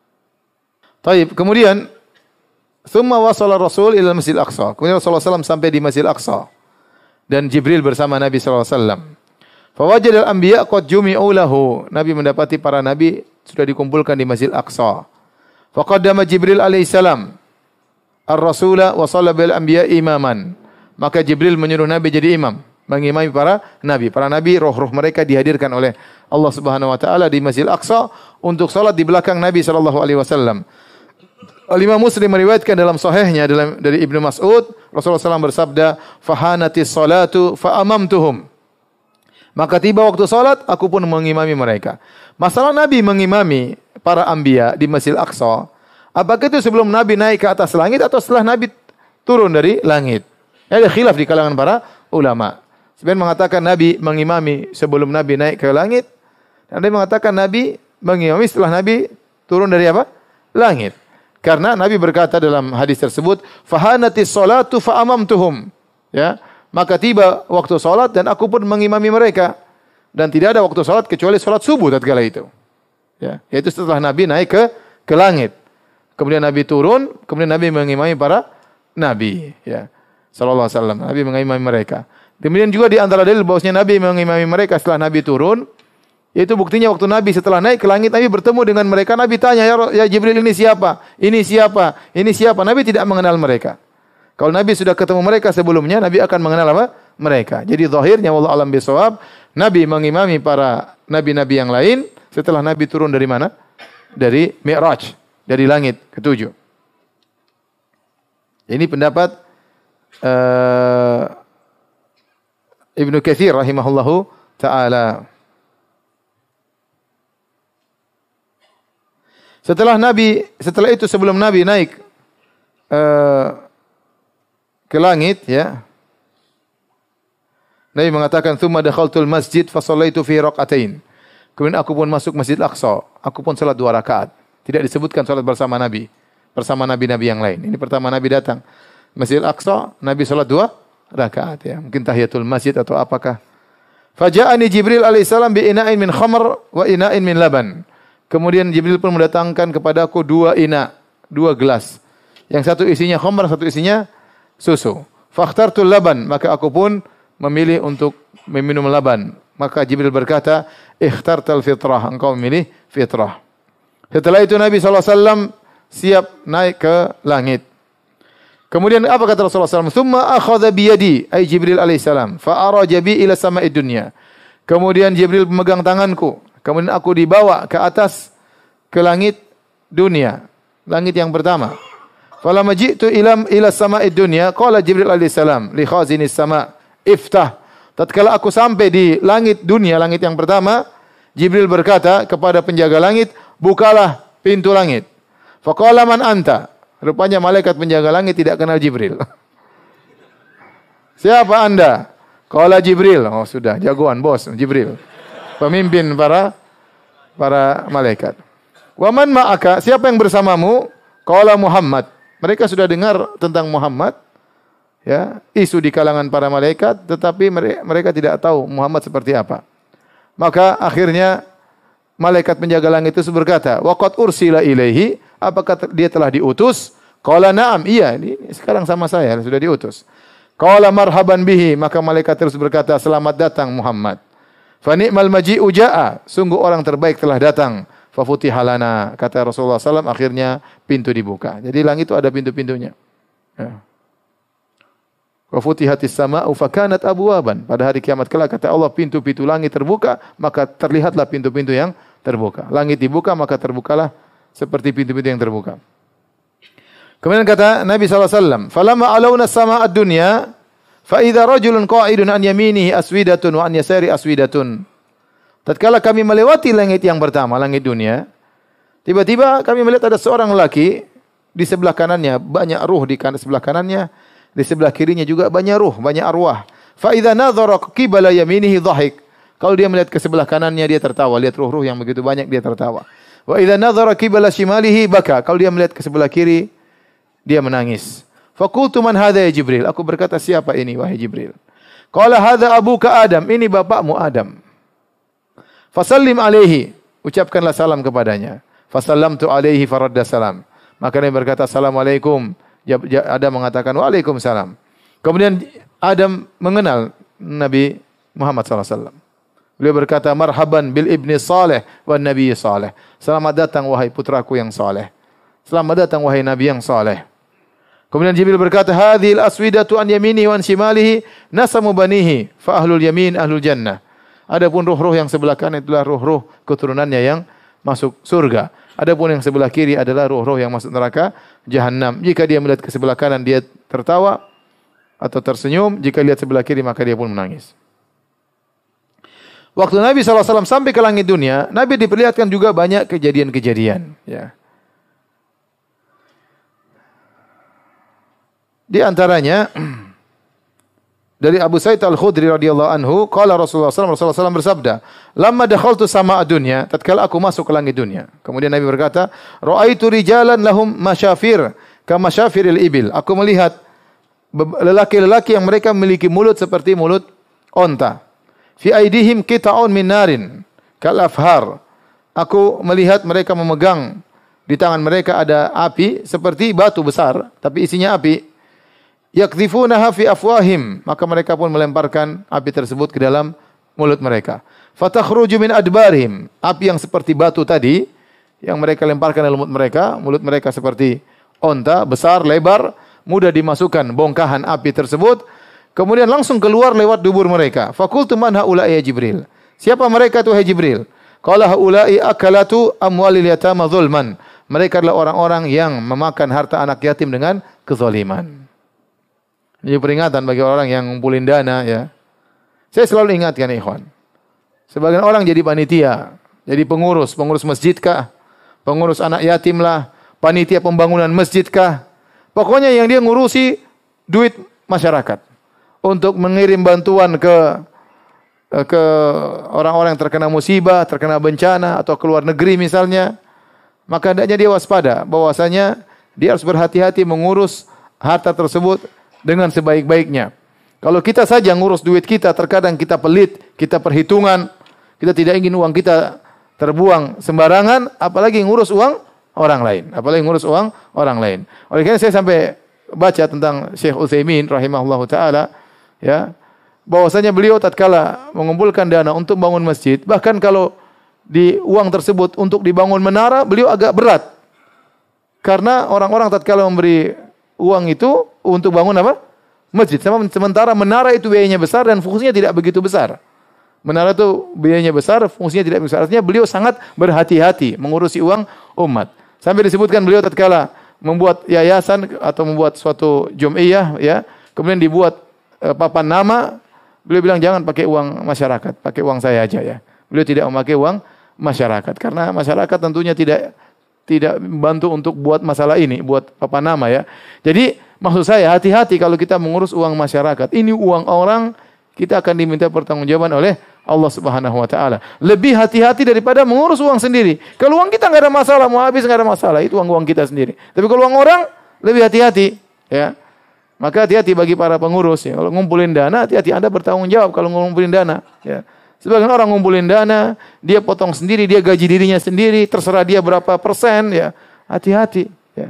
Taib. Kemudian, summa wasala Rasul ila Masjid Aqsa. Kemudian Rasulullah sallallahu alaihi wasallam sampai di Masjid Aqsa. Dan Jibril bersama Nabi sallallahu alaihi wasallam. Fawajadal anbiya qad jumi'u lahu. Nabi mendapati para nabi sudah dikumpulkan di Masjid Aqsa. Faqaddama Jibril alaihi salam ar-rasula wa shalla bil anbiya imaman. Maka Jibril menyuruh Nabi jadi imam, mengimami para nabi. Para nabi, roh-roh mereka dihadirkan oleh Allah Subhanahu wa taala di Masjid Aqsa untuk salat di belakang Nabi sallallahu alaihi wasallam. Al-Imam Muslim meriwayatkan dalam sahihnya dalam dari Ibnu Mas'ud, Rasulullah sallallahu alaihi wasallam bersabda, "Fahanatis salatu fa amamtuhum." Maka tiba waktu salat, aku pun mengimami mereka. Masalah Nabi mengimami para anbiya di Masjid Aqsa, apakah itu sebelum Nabi naik ke atas langit atau setelah Nabi turun dari langit? Ada khilaf di kalangan para ulama. Sebagian mengatakan Nabi mengimami sebelum Nabi naik ke langit. Dan ada yang mengatakan Nabi mengimami setelah Nabi turun dari apa? Langit. Karena Nabi berkata dalam hadis tersebut, "Fahanatis salatu fa amamtuhum." Ya, maka tiba waktu salat dan aku pun mengimami mereka. Dan tidak ada waktu salat kecuali salat subuh tatkala itu. Ya, yaitu setelah Nabi naik ke ke langit. Kemudian Nabi turun, kemudian Nabi mengimami para nabi, ya. Sallallahu alaihi wasallam. Nabi mengimami mereka. Kemudian juga di antara dalil bahwasanya Nabi mengimami mereka setelah Nabi turun, yaitu buktinya waktu Nabi setelah naik ke langit, Nabi bertemu dengan mereka. Nabi tanya, ya, ya Jibril, ini siapa? Ini siapa? Ini siapa? Nabi tidak mengenal mereka. Kalau Nabi sudah ketemu mereka sebelumnya, Nabi akan mengenal apa? Mereka. Jadi zahirnya wallahu alam bisawab, Nabi mengimami para nabi-nabi yang lain setelah Nabi turun dari mana? Dari Mi'raj, dari langit ketujuh. Ini pendapat uh, Ibnu Katsir rahimahullahu ta'ala. Setelah Nabi, setelah itu sebelum Nabi naik uh, ke langit, ya, Nabi mengatakan, "Tsumma dakhaltul masjid fa shallaitu fi rak'atain." Kemudian aku pun masuk Masjid Aqsa, aku pun salat dua rakaat. Tidak disebutkan salat bersama Nabi, bersama nabi-nabi yang lain. Ini pertama Nabi datang Masjid Aqsa, Nabi salat dua rakaat, ya. Mungkin tahiyatul masjid atau apakah. Faja'ani Jibril alaihissalam bi ina'in min khamr wa ina'in min laban. Kemudian Jibril pun mendatangkan kepadaku dua ina, dua gelas. Yang satu isinya khamr, satu isinya susu. Fakhtartul laban, maka aku pun memilih untuk meminum laban. Maka Jibril berkata, "Ikhtartal fitrah," engkau memilih fitrah. Setelah itu Nabi sallallahu alaihi wasallam siap naik ke langit. Kemudian apa kata Rasulullah sallallahu alaihi wasallam? "Tsumma akhadha bi yadi," ay Jibril alaihi salam, "fa araja bi ila sama'id dunya." Kemudian Jibril memegang tanganku, kemudian aku dibawa ke atas ke langit dunia, langit yang pertama. Falamma ji'tu ila ila sama'id dunya, qala Jibril alaihi salam li khazinis sama', "Iftah." Tatkala aku sampai di langit dunia, langit yang pertama, Jibril berkata kepada penjaga langit, "Bukalah pintu langit." Faqala man anta? Rupanya malaikat penjaga langit tidak kenal Jibril. "Siapa Anda?" Qala Jibril. Oh sudah, jagoan bos, Jibril. pemimpin para para malaikat. Wa man ma'aka, siapa yang bersamamu? Qala Muhammad. Mereka sudah dengar tentang Muhammad, ya, isu di kalangan para malaikat, tetapi mereka tidak tahu Muhammad seperti apa. Maka akhirnya malaikat penjaga langit itu berkata, "Wa qad ursila ilaihi," apakah dia telah diutus? Qala na'am, iya, ini sekarang sama saya sudah diutus. Qala marhaban bihi, maka malaikat terus berkata, "Selamat datang Muhammad." Fa ni'mal maji'u ja'a, sungguh orang terbaik telah datang. Fa futiha lana, kata Rasulullah sallallahu alaihi wasallam, akhirnya pintu dibuka. Jadi langit itu ada pintu-pintunya. Ya. Wa futihatis sama'u fa kanat abwaban. Pada hari kiamat kelak kata Allah, pintu-pintu langit terbuka, maka terlihatlah pintu-pintu yang terbuka. Langit dibuka, maka terbukalah seperti pintu-pintu yang terbuka. Kemudian kata Nabi sallallahu alaihi wasallam, "Falamma alawna as-samaa'a ad-dunya, fa idza rajulun qa'idun an yaminihi aswidatun wa an yasari aswidatun." Tatkala kami melewati langit yang pertama, langit dunia, tiba-tiba kami melihat ada seorang lelaki di sebelah kanannya banyak ruh, di kanan sebelah kanannya, di sebelah kirinya juga banyak ruh, banyak arwah. Fa idza nadhara qibala yaminihi dhahik. Kalau dia melihat ke sebelah kanannya dia tertawa, lihat ruh-ruh yang begitu banyak dia tertawa. Wa idza nadhara qibala shimalihi baka. Kalau dia melihat ke sebelah kiri dia menangis. Fa qultu man hadha ya Jibril? Aku berkata, siapa ini wahai Jibril? Qala hadza abuka Adam, ini bapakmu Adam. Fasallim alaihi, ucapkanlah salam kepadanya. Fasallamtu alaihi faradda salam. Maka dia berkata assalamualaikum. Adam mengatakan waalaikumsalam. Kemudian Adam mengenal Nabi Muhammad sallallahu alaihi wasallam. Beliau berkata marhaban bil ibni saleh wan nabi saleh. Selamat datang wahai putraku yang saleh. Selamat datang wahai nabi yang saleh. Kemudian Jibril berkata hadhil aswidatu an yaminihi wa an shimalihi nasamu banihi fa ahlul yamin ahlul jannah. Adapun ruh-ruh yang sebelah kanan itulah ruh-ruh keturunannya yang masuk surga. Adapun yang sebelah kiri adalah ruh-ruh yang masuk neraka jahanam. Jika dia melihat ke sebelah kanan dia tertawa atau tersenyum, jika lihat sebelah kiri maka dia pun menangis. Waktu Nabi sallallahu alaihi wasallam sampai ke langit dunia, Nabi diperlihatkan juga banyak kejadian-kejadian, ya. Di antaranya dari Abu Sa'id Al-Khudri radhiyallahu anhu, qala Rasulullah sallallahu alaihi wasallam bersabda, "Lamma dakhaltu sama'a dunya," tatkala aku masuk ke langit dunia. Kemudian Nabi berkata, "Ra'aitu rijalan lahum masyafir kama syafiril ibil." Aku melihat lelaki-lelaki yang mereka memiliki mulut seperti mulut onta. Fi aidihim qita'un min narin kal afhar. Aku melihat mereka memegang di tangan mereka ada api seperti batu besar tapi isinya api. Yakdhifunaha fi afwahim, maka mereka pun melemparkan api tersebut ke dalam mulut mereka. Fatakhruju min adbarihim, api yang seperti batu tadi yang mereka lemparkan dalam mulut mereka, mulut mereka seperti onta, besar, lebar, mudah dimasukkan bongkahan api tersebut, kemudian langsung keluar lewat dubur mereka. Faqultu man haula'i ya Jibril? Siapa mereka itu hai Jibril? Qala haula'i akalatu amwalil yatama zulman. Mereka adalah orang-orang yang memakan harta anak yatim dengan kezaliman. Ini peringatan bagi orang yang ngumpulin dana, ya. Saya selalu ingatkan ikhwan. Sebagian orang jadi panitia, jadi pengurus, pengurus masjid kah, pengurus anak yatim lah, panitia pembangunan masjid kah. Pokoknya yang dia ngurusi duit masyarakat untuk mengirim bantuan ke ke orang-orang yang terkena musibah, terkena bencana atau ke luar negeri misalnya. Maka hendaknya dia waspada bahwasanya dia harus berhati-hati mengurus harta tersebut dengan sebaik-baiknya. Kalau kita saja ngurus duit kita, terkadang kita pelit, kita perhitungan, kita tidak ingin uang kita terbuang sembarangan, apalagi ngurus uang orang lain, apalagi ngurus uang orang lain. Oleh karena saya sampai baca tentang Syekh Utsaimin rahimahullahu taala, ya, bahwasanya beliau tatkala mengumpulkan dana untuk bangun masjid, bahkan kalau di uang tersebut untuk dibangun menara, beliau agak berat. Karena orang-orang tatkala memberi uang itu untuk bangun apa? Masjid. Sementara menara itu biayanya besar dan fungsinya tidak begitu besar. Menara itu biayanya besar, fungsinya tidak besar. Artinya beliau sangat berhati-hati mengurusi uang umat. Sampai disebutkan beliau tatkala membuat yayasan atau membuat suatu jum'iyah, ya, kemudian dibuat e, papan nama, beliau bilang jangan pakai uang masyarakat, pakai uang saya aja, ya. Beliau tidak memakai uang masyarakat karena masyarakat tentunya tidak tidak membantu untuk buat masalah ini, buat papan nama, ya. Jadi maksud saya hati-hati kalau kita mengurus uang masyarakat. Ini uang orang, kita akan diminta pertanggungjawaban oleh Allah Subhanahu wa taala. Lebih hati-hati daripada mengurus uang sendiri. Kalau uang kita enggak ada masalah, mau habis enggak ada masalah, itu uang-uang kita sendiri. Tapi kalau uang orang, lebih hati-hati, ya. Maka hati-hati bagi para pengurus ya. Kalau ngumpulin dana, hati-hati Anda bertanggung jawab kalau ngumpulin dana, ya. Sebagian orang ngumpulin dana, dia potong sendiri, dia gaji dirinya sendiri, terserah dia berapa persen, ya. Hati-hati, ya.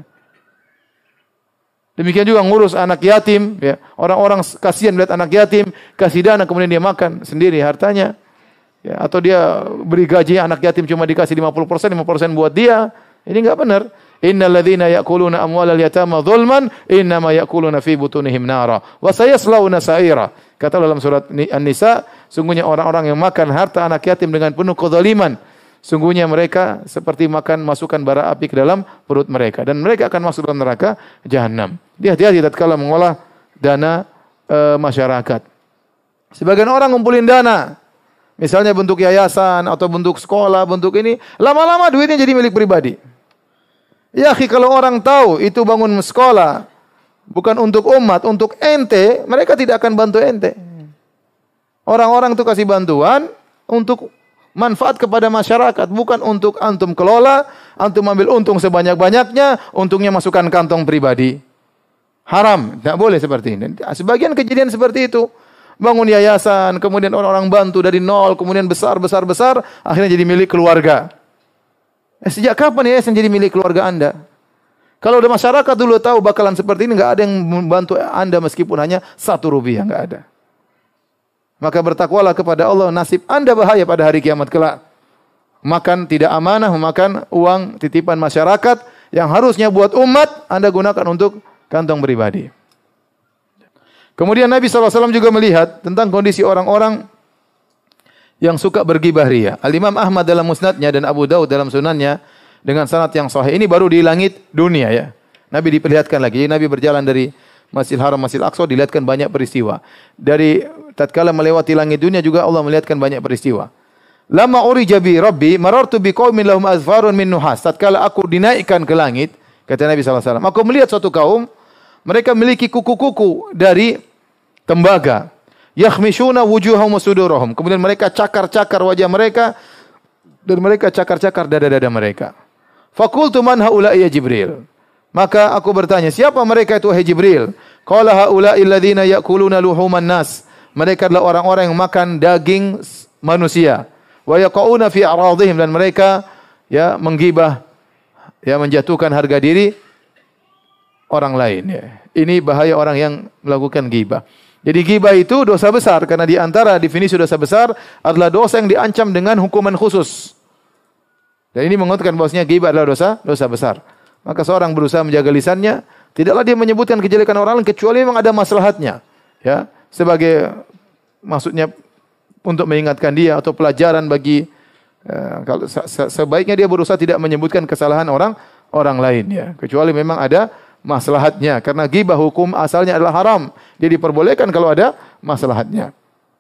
Demikian juga ngurus anak yatim, ya. Orang-orang kasihan lihat anak yatim, kasih dana kemudian dia makan sendiri hartanya. Ya, atau dia beri gaji anak yatim cuma dikasih lima puluh persen, lima puluh persen buat dia. Ini enggak benar. Innal ladzina ya'kuluna amwalal yatama dzulman innama ya'kuluna fi butunihim nara wa sayaslawna sa'ira. Kata dalam surat An-Nisa, sungguhnya orang-orang yang makan harta anak yatim dengan penuh kezaliman, sungguhnya mereka seperti makan masukan bara api ke dalam perut mereka dan mereka akan masuk dalam neraka jahanam. Dia hati-hati tatkala mengolah dana e, masyarakat. Sebagian orang ngumpulin dana, misalnya bentuk yayasan atau bentuk sekolah, bentuk ini, lama-lama duitnya jadi milik pribadi. Ya, kalau orang tahu itu bangun sekolah bukan untuk umat, untuk ente, mereka tidak akan bantu ente. Orang-orang itu kasih bantuan untuk manfaat kepada masyarakat, bukan untuk antum kelola, antum ambil untung sebanyak-banyaknya, untungnya masukkan kantong pribadi. Haram, tidak boleh seperti ini. Sebagian kejadian seperti itu. Bangun yayasan, kemudian orang-orang bantu dari nol, kemudian besar, besar, besar, akhirnya jadi milik keluarga. Eh, sejak kapan yayasan jadi milik keluarga Anda? Kalau udah masyarakat dulu tahu bakalan seperti ini, enggak ada yang membantu Anda meskipun hanya satu rupiah, enggak ada. Maka bertakwalah kepada Allah, nasib Anda bahaya pada hari kiamat kelak. Makan tidak amanah, memakan uang titipan masyarakat yang harusnya buat umat, Anda gunakan untuk kantong pribadi. Kemudian Nabi shallallahu alaihi wasallam juga melihat tentang kondisi orang-orang yang suka bergibah ria. Al-Imam Ahmad dalam musnadnya dan Abu Daud dalam sunannya dengan sanad yang sahih. Ini baru di langit dunia ya. Nabi diperlihatkan lagi. Nabi berjalan dari Masjidil Haram, Masjidil Aqsa, dilihatkan banyak peristiwa. Dari tatkala melewati langit dunia juga Allah melihatkan banyak peristiwa. Lama urija bi Rabbi marartu bi qaumin lahum azfarun min nuhas. Tatkala aku dinaikkan ke langit, kata Nabi shallallahu alaihi wasallam, aku melihat suatu kaum, mereka memiliki kuku-kuku dari tembaga. Yakhmishuna wujuhahum wa sudurahum. Kemudian mereka cakar-cakar wajah mereka dan mereka cakar-cakar dada-dada mereka. Faqultu man haula'i ya Jibril. Maka aku bertanya, siapa mereka itu wahai Jibril? Qala haula'i alladziina ya'kuluna luhuman nas. Mereka adalah orang-orang yang makan daging manusia. Wa yaqauna fi a'radihim, dan mereka ya menggibah, ya menjatuhkan harga diri orang lain ya. Ini bahaya orang yang melakukan ghibah. Jadi ghibah itu dosa besar karena di antara definisi dosa besar adalah dosa yang diancam dengan hukuman khusus. Dan ini mengatakan bahwasanya ghibah adalah dosa dosa besar. Maka seorang berusaha menjaga lisannya, tidaklah dia menyebutkan kejelekan orang lain kecuali memang ada maslahatnya. Ya, sebagai maksudnya untuk mengingatkan dia atau pelajaran bagi uh, kalau se se sebaiknya dia berusaha tidak menyebutkan kesalahan orang orang lain ya, kecuali memang ada maslahatnya, karena ghibah hukum asalnya adalah haram. Dia diperbolehkan kalau ada maslahatnya.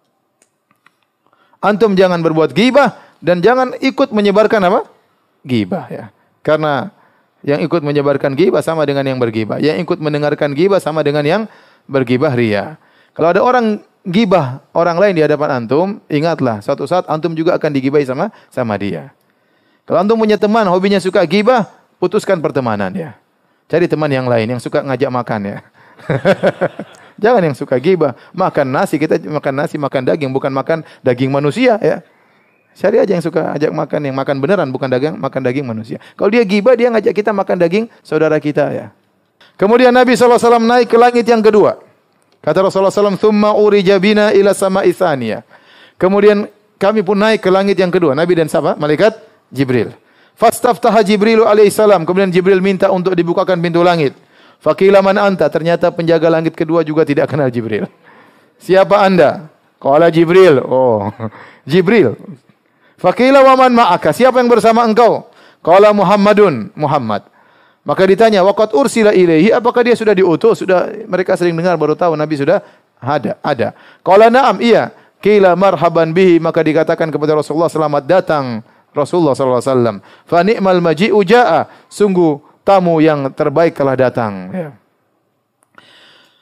Antum jangan berbuat ghibah dan jangan ikut menyebarkan apa? Ghibah ya. Karena yang ikut menyebarkan ghibah sama dengan yang berghibah. Yang ikut mendengarkan ghibah sama dengan yang berghibah ria. Kalau ada orang ghibah orang lain di hadapan antum, ingatlah suatu saat antum juga akan digibahi sama sama dia. Kalau antum punya teman hobinya suka ghibah, putuskan pertemanan ya. Cari teman yang lain yang suka ngajak makan ya. Jangan yang suka ghibah. Makan nasi, kita makan nasi, makan daging, bukan makan daging manusia ya. Cari aja yang suka ajak makan, yang makan beneran, bukan daging, makan daging manusia. Kalau dia ghibah, dia ngajak kita makan daging saudara kita ya. Kemudian Nabi shallallahu alaihi wasallam naik ke langit yang kedua. Kata Rasulullah shallallahu alaihi wasallam, "Tsumma urija bina ila sama'i tsaniyah." Kemudian kami pun naik ke langit yang kedua. Nabi dan siapa? Malaikat Jibril. Fastaftaha Jibril alaihi salam. Kemudian Jibril minta untuk dibukakan pintu langit. Faqila man anta? Ternyata penjaga langit kedua juga tidak kenal Jibril. Siapa anda? Qala Jibril. Oh, Jibril. Faqila wa man ma'aka? Siapa yang bersama engkau? Qala Muhammadun. Muhammad. Maka ditanya, waqad ursila ilaihi? Apakah dia sudah diutus? Sudah, mereka sering dengar baru tahu Nabi sudah ada. Ada. Qala na'am, iya. Qila marhaban bihi. Maka dikatakan kepada Rasulullah, selamat datang Rasulullah sallallahu alaihi wasallam. Fa ni'mal maji'u ja'a. Sungguh tamu yang terbaik telah datang. Ya.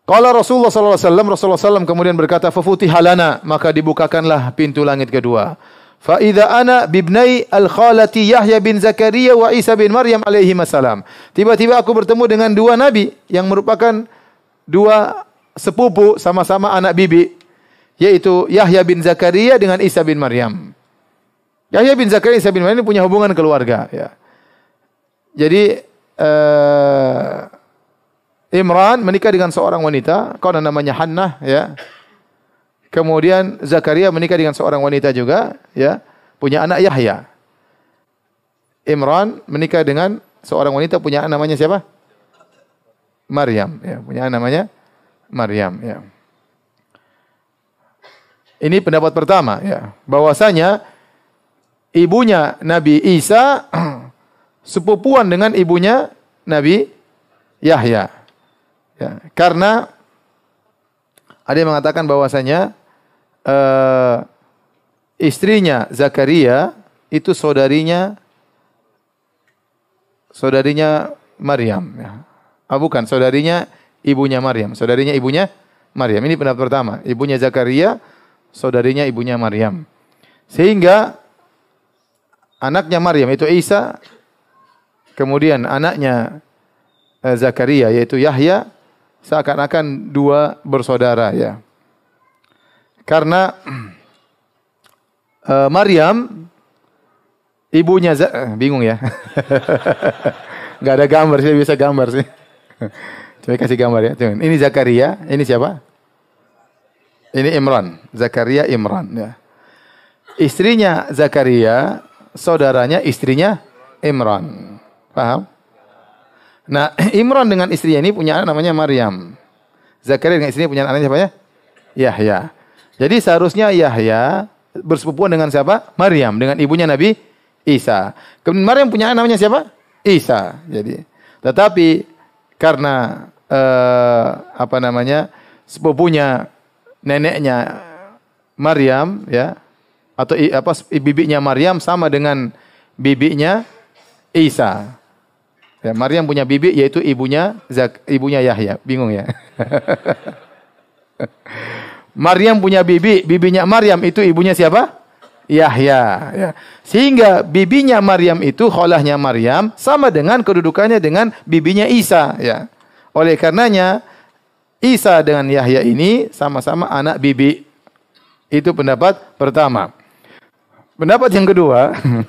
Qala Rasulullah sallallahu alaihi wasallam, Rasulullah sallallahu alaihi wasallam kemudian berkata, "Fafutiha lana," maka dibukakanlah pintu langit kedua. Fa idza ana bibnai al-khalati Yahya bin Zakaria wa Isa bin Maryam alaihi salam. Tiba-tiba aku bertemu dengan dua nabi yang merupakan dua sepupu sama-sama anak bibi, yaitu Yahya bin Zakaria dengan Isa bin Maryam. Yahya bin Zakaria Isa bin Maryam ini punya hubungan keluarga, ya. Jadi uh, Imran menikah dengan seorang wanita, konon namanya Hannah, ya. Kemudian Zakaria menikah dengan seorang wanita juga, ya, punya anak Yahya. Imran menikah dengan seorang wanita punya anak namanya siapa? Maryam, ya, punya anak namanya Maryam, ya. Ini pendapat pertama, ya, bahwasanya ibunya Nabi Isa sepupuan dengan ibunya Nabi Yahya. Ya, karena ada yang mengatakan bahwasanya uh, istrinya Zakaria itu saudarinya saudarinya Maryam, ya. Ah, bukan, saudarinya ibunya Maryam, saudarinya ibunya Maryam. Ini pendapat pertama, ibunya Zakaria, saudarinya ibunya Maryam. Sehingga anaknya Maryam itu Isa, kemudian anaknya uh, Zakaria yaitu Yahya, seakan-akan dua bersaudara, ya. Karena uh, Maryam ibunya Z uh, bingung ya. Enggak ada gambar, saya bisa gambar sih. Coba kasih gambar ya. Ini Zakaria, ini siapa? Ini Imran, Zakaria Imran, ya. Istrinya Zakaria, saudaranya istrinya Imran. Paham? Nah, Imran dengan istrinya ini punya anak namanya Maryam. Zakaria dengan istrinya punya anak namanya siapa ya? Yahya. Jadi seharusnya Yahya bersepupuan dengan siapa? Maryam, dengan ibunya Nabi Isa. Kemudian Maryam punya anak namanya siapa? Isa. Jadi, tetapi karena eh, apa namanya? Sepupunya neneknya Maryam, ya, atau apa bibinya Maryam sama dengan bibinya Isa. Ya, Maryam punya bibi yaitu ibunya Zak, ibunya Yahya. Bingung ya? Maryam punya bibi, bibinya Maryam itu ibunya siapa? Yahya, ya. Sehingga bibinya Maryam itu kholahnya Maryam sama dengan kedudukannya dengan bibinya Isa, ya. Oleh karenanya Isa dengan Yahya ini sama-sama anak bibi. Itu pendapat pertama. Pendapat yang kedua,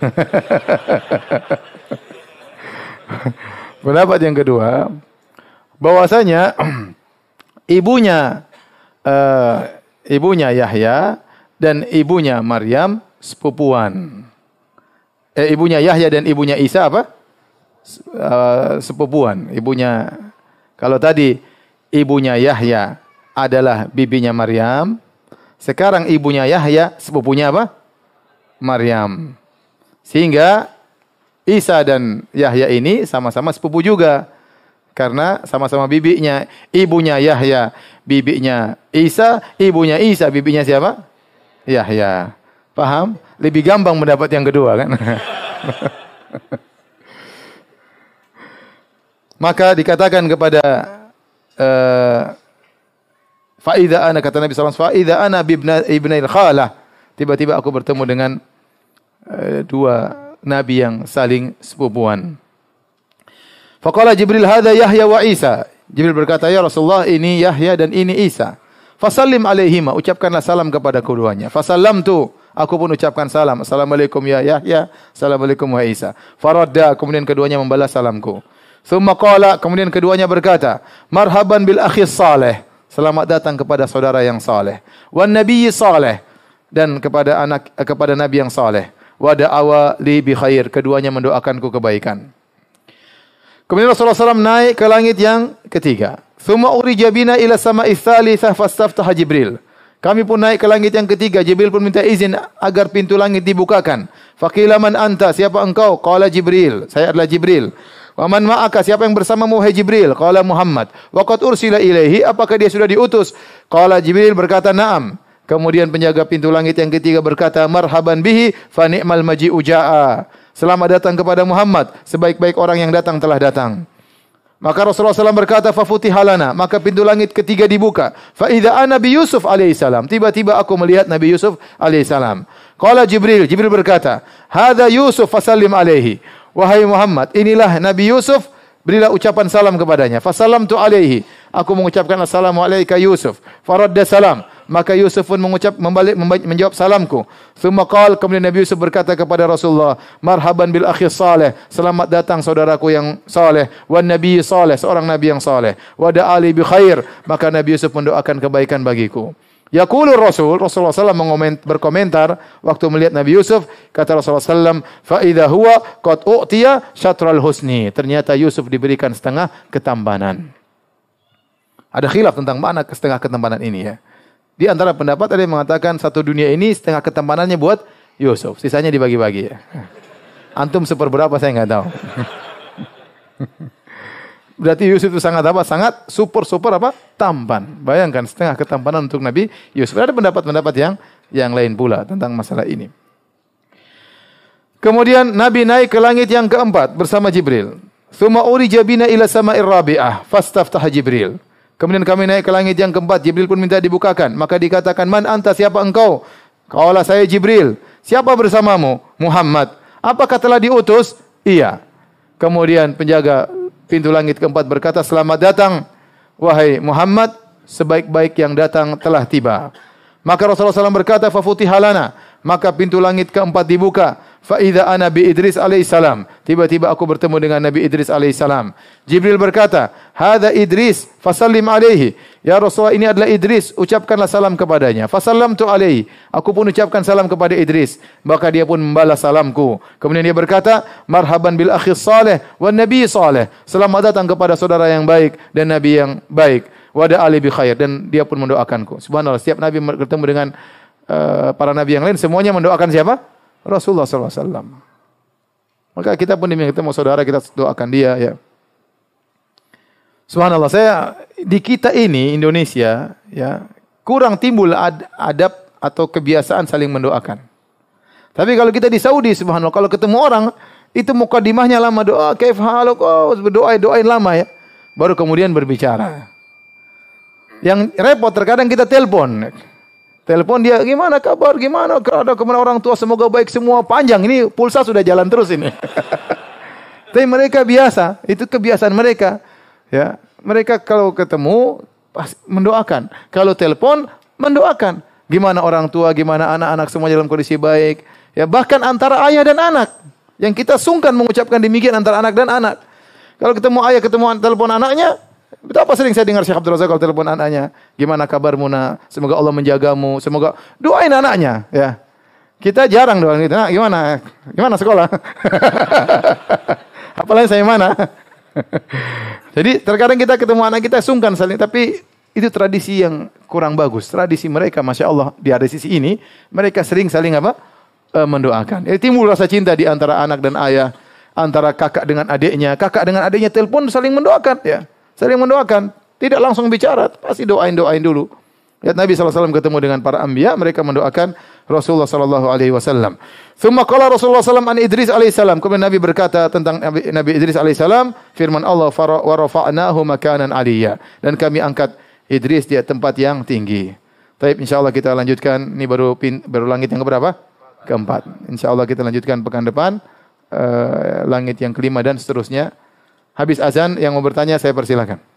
pendapat yang kedua, bahwasanya ibunya uh, ibunya Yahya dan ibunya Maryam sepupuan. Eh, ibunya Yahya dan ibunya Isa apa? Uh, sepupuan. Ibunya, kalau tadi ibunya Yahya adalah bibinya Maryam, sekarang ibunya Yahya sepupunya apa? Maryam. Sehingga Isa dan Yahya ini sama-sama sepupu juga. Karena sama-sama bibinya. Ibunya Yahya, bibinya Isa. Ibunya Isa, bibinya siapa? Yahya. Paham? Lebih gampang mendapat yang kedua, kan? Maka dikatakan kepada uh, Fa'idha ana, kata Nabi sallallahu alaihi wasallam, Fa'idha ana bibna ibnail khalah. Tiba-tiba aku bertemu dengan uh, dua nabi yang saling sepupuan. Faqala Jibril, hadza Yahya wa Isa. Jibril berkata, ya Rasulullah, ini Yahya dan ini Isa. Fasallim alaihima, ucapkanlah salam kepada keduanya. Fasallamtu, aku pun ucapkan salam. Assalamualaikum ya Yahya, assalamualaikum wa Isa. Faradda, kemudian keduanya membalas salamku. Thumma qala, kemudian keduanya berkata, marhaban bil akhis saleh. Selamat datang kepada saudara yang saleh. Wan nabiyyi saleh, dan kepada anak kepada nabi yang saleh. Wa da'awa li bi khair, keduanya mendoakanku kebaikan. Kemudian Rasulullah shallallahu alaihi wasallam naik ke langit yang ketiga. Thumma urija bina ila sama'i tsalitsah fastaftaha Jibril. Kami pun naik ke langit yang ketiga. Jibril pun minta izin agar pintu langit dibukakan. Faqila man anta, siapa engkau? Qala Jibril, saya adalah Jibril. Wa man ma'aka, siapa yang bersamamu wahai Jibril? Qala Muhammad. Wa qad ursila ilaihi, apakah dia sudah diutus? Qala Jibril berkata, na'am. Kemudian penjaga pintu langit yang ketiga berkata, marhaban bihi fa ni'mal maji'u ja'a. Selamat datang kepada Muhammad, sebaik-baik orang yang datang telah datang. Maka Rasulullah shallallahu alaihi wasallam berkata, "Fafutihalana," maka pintu langit ketiga dibuka. Fa idza ana Nabi Yusuf alaihi salam. Tiba-tiba aku melihat Nabi Yusuf alaihi salam. Qala Jibril, Jibril berkata, "Hadza Yusuf fasallim alaihi." Wahai Muhammad, inilah Nabi Yusuf, berilah ucapan salam kepadanya. Fasallamtu alaihi. Aku mengucapkan assalamu alayka Yusuf. Faradda salam. Maka Yusuf pun mengucap membalik menjawab salamku. Tsumma qala, kemudian Nabi Yusuf berkata kepada Rasulullah, "Marhaban bil akhi saleh." Selamat datang saudaraku yang saleh, wan nabi saleh, seorang nabi yang saleh. Wa da'ali bi khair. Maka Nabi Yusuf mendoakan kebaikan bagiku. Yaqulur Rasul, Rasulullah sallallahu alaihi wasallam berkomentar waktu melihat Nabi Yusuf, kata Rasulullah sallallahu alaihi wasallam, "Fa idza huwa qad u'tiya syatral husni." Ternyata Yusuf diberikan setengah ketampanan. Ada khilaf tentang makna setengah ketampanan ini ya. Di antara pendapat ada yang mengatakan satu dunia ini setengah ketampanannya buat Yusuf, sisanya dibagi-bagi ya. Antum seperberapa saya enggak tahu. Berarti Yusuf itu sangat apa? Sangat super-super apa? Tampan. Bayangkan setengah ketampanan untuk Nabi Yusuf. Ada pendapat-pendapat yang yang lain pula tentang masalah ini. Kemudian Nabi naik ke langit yang keempat bersama Jibril. Tsumma urija bina ila sama'ir rabi'ah fastaftaha Jibril. Kemudian kami naik ke langit yang keempat, Jibril pun minta dibukakan. Maka dikatakan, "Man anta, siapa engkau?" Qala, "Saya Jibril." "Siapa bersamamu?" "Muhammad." "Apakah telah diutus?" "Iya." Kemudian penjaga pintu langit keempat berkata, "Selamat datang, wahai Muhammad, sebaik-baik yang datang telah tiba." Maka Rasulullah shallallahu alaihi wasallam berkata, "Fafutihalana." Maka pintu langit keempat dibuka. Fa idza ana bi Idris alaihi salam. Tiba-tiba aku bertemu dengan Nabi Idris alaihi salam. Jibril berkata, "Hadza Idris, fasallim alaihi." Ya Rasulullah, ini adalah Idris, ucapkanlah salam kepadanya. Fasallamtu alaihi. Aku pun ucapkan salam kepada Idris, maka dia pun membalas salamku. Kemudian dia berkata, "Marhaban bil akhi saleh wan nabi saleh." Selamat datang kepada saudara yang baik dan nabi yang baik. Wada ali bi khair, dan dia pun mendoakanku. Subhanallah, setiap nabi bertemu dengan uh, para nabi yang lain semuanya mendoakan siapa? Rasulullah sallallahu alaihi wasallam. Maka kita pun diminta ketemu saudara, kita doakan dia ya. Subhanallah, saya di kita ini Indonesia ya kurang timbul ad, adab atau kebiasaan saling mendoakan. Tapi kalau kita di Saudi, subhanallah, kalau ketemu orang itu mukadimahnya lama, doa kaif haluk, oh, berdoa doain lama ya. Baru kemudian berbicara. Yang repot terkadang kita telepon. Telepon dia, "Gimana kabar? Gimana? Ada kemana orang tua? Semoga baik semua." Panjang ini, pulsa sudah jalan terus ini. Tapi mereka biasa, itu kebiasaan mereka. Ya, mereka kalau ketemu pas mendoakan. Kalau telepon mendoakan. Gimana orang tua, gimana anak-anak semua dalam kondisi baik. Ya, bahkan antara ayah dan anak. Yang kita sungkan mengucapkan demikian antara anak dan anak. Kalau ketemu ayah, ketemu telepon anaknya, betapa sering saya dengar Syekh Abdul Razak kalau telepon anaknya, "Gimana kabarmu nak? Semoga Allah menjagamu." Semoga doain anaknya, ya. Kita jarang doain gitu. "Nak, gimana? Gimana sekolah?" Apalagi saya mana? Jadi terkadang kita ketemu anak kita sungkan saling, tapi itu tradisi yang kurang bagus. Tradisi mereka, masya Allah, di ada sisi ini mereka sering saling apa? E, mendoakan. Jadi timbul rasa cinta di antara anak dan ayah, antara kakak dengan adiknya, kakak dengan adiknya telepon saling mendoakan, ya. Saling mendoakan, tidak langsung bicara, pasti doain-doain dulu. Lihat Nabi sallallahu alaihi wasallam ketemu dengan para anbiya, mereka mendoakan Rasulullah sallallahu alaihi wasallam. Tsumma qala Rasulullah sallallahu alaihi wasallam an Idris alaihi salam. Kemudian Nabi berkata tentang Nabi Idris alaihi salam, firman Allah, "Wa rafa'nahu makanan aliyya." Dan kami angkat Idris di tempat yang tinggi. Baik, insyaallah kita lanjutkan, ini baru pin, baru langit yang keberapa? Keempat. Insyaallah kita lanjutkan pekan depan uh, langit yang kelima dan seterusnya. Habis azan, yang mau bertanya saya persilakan.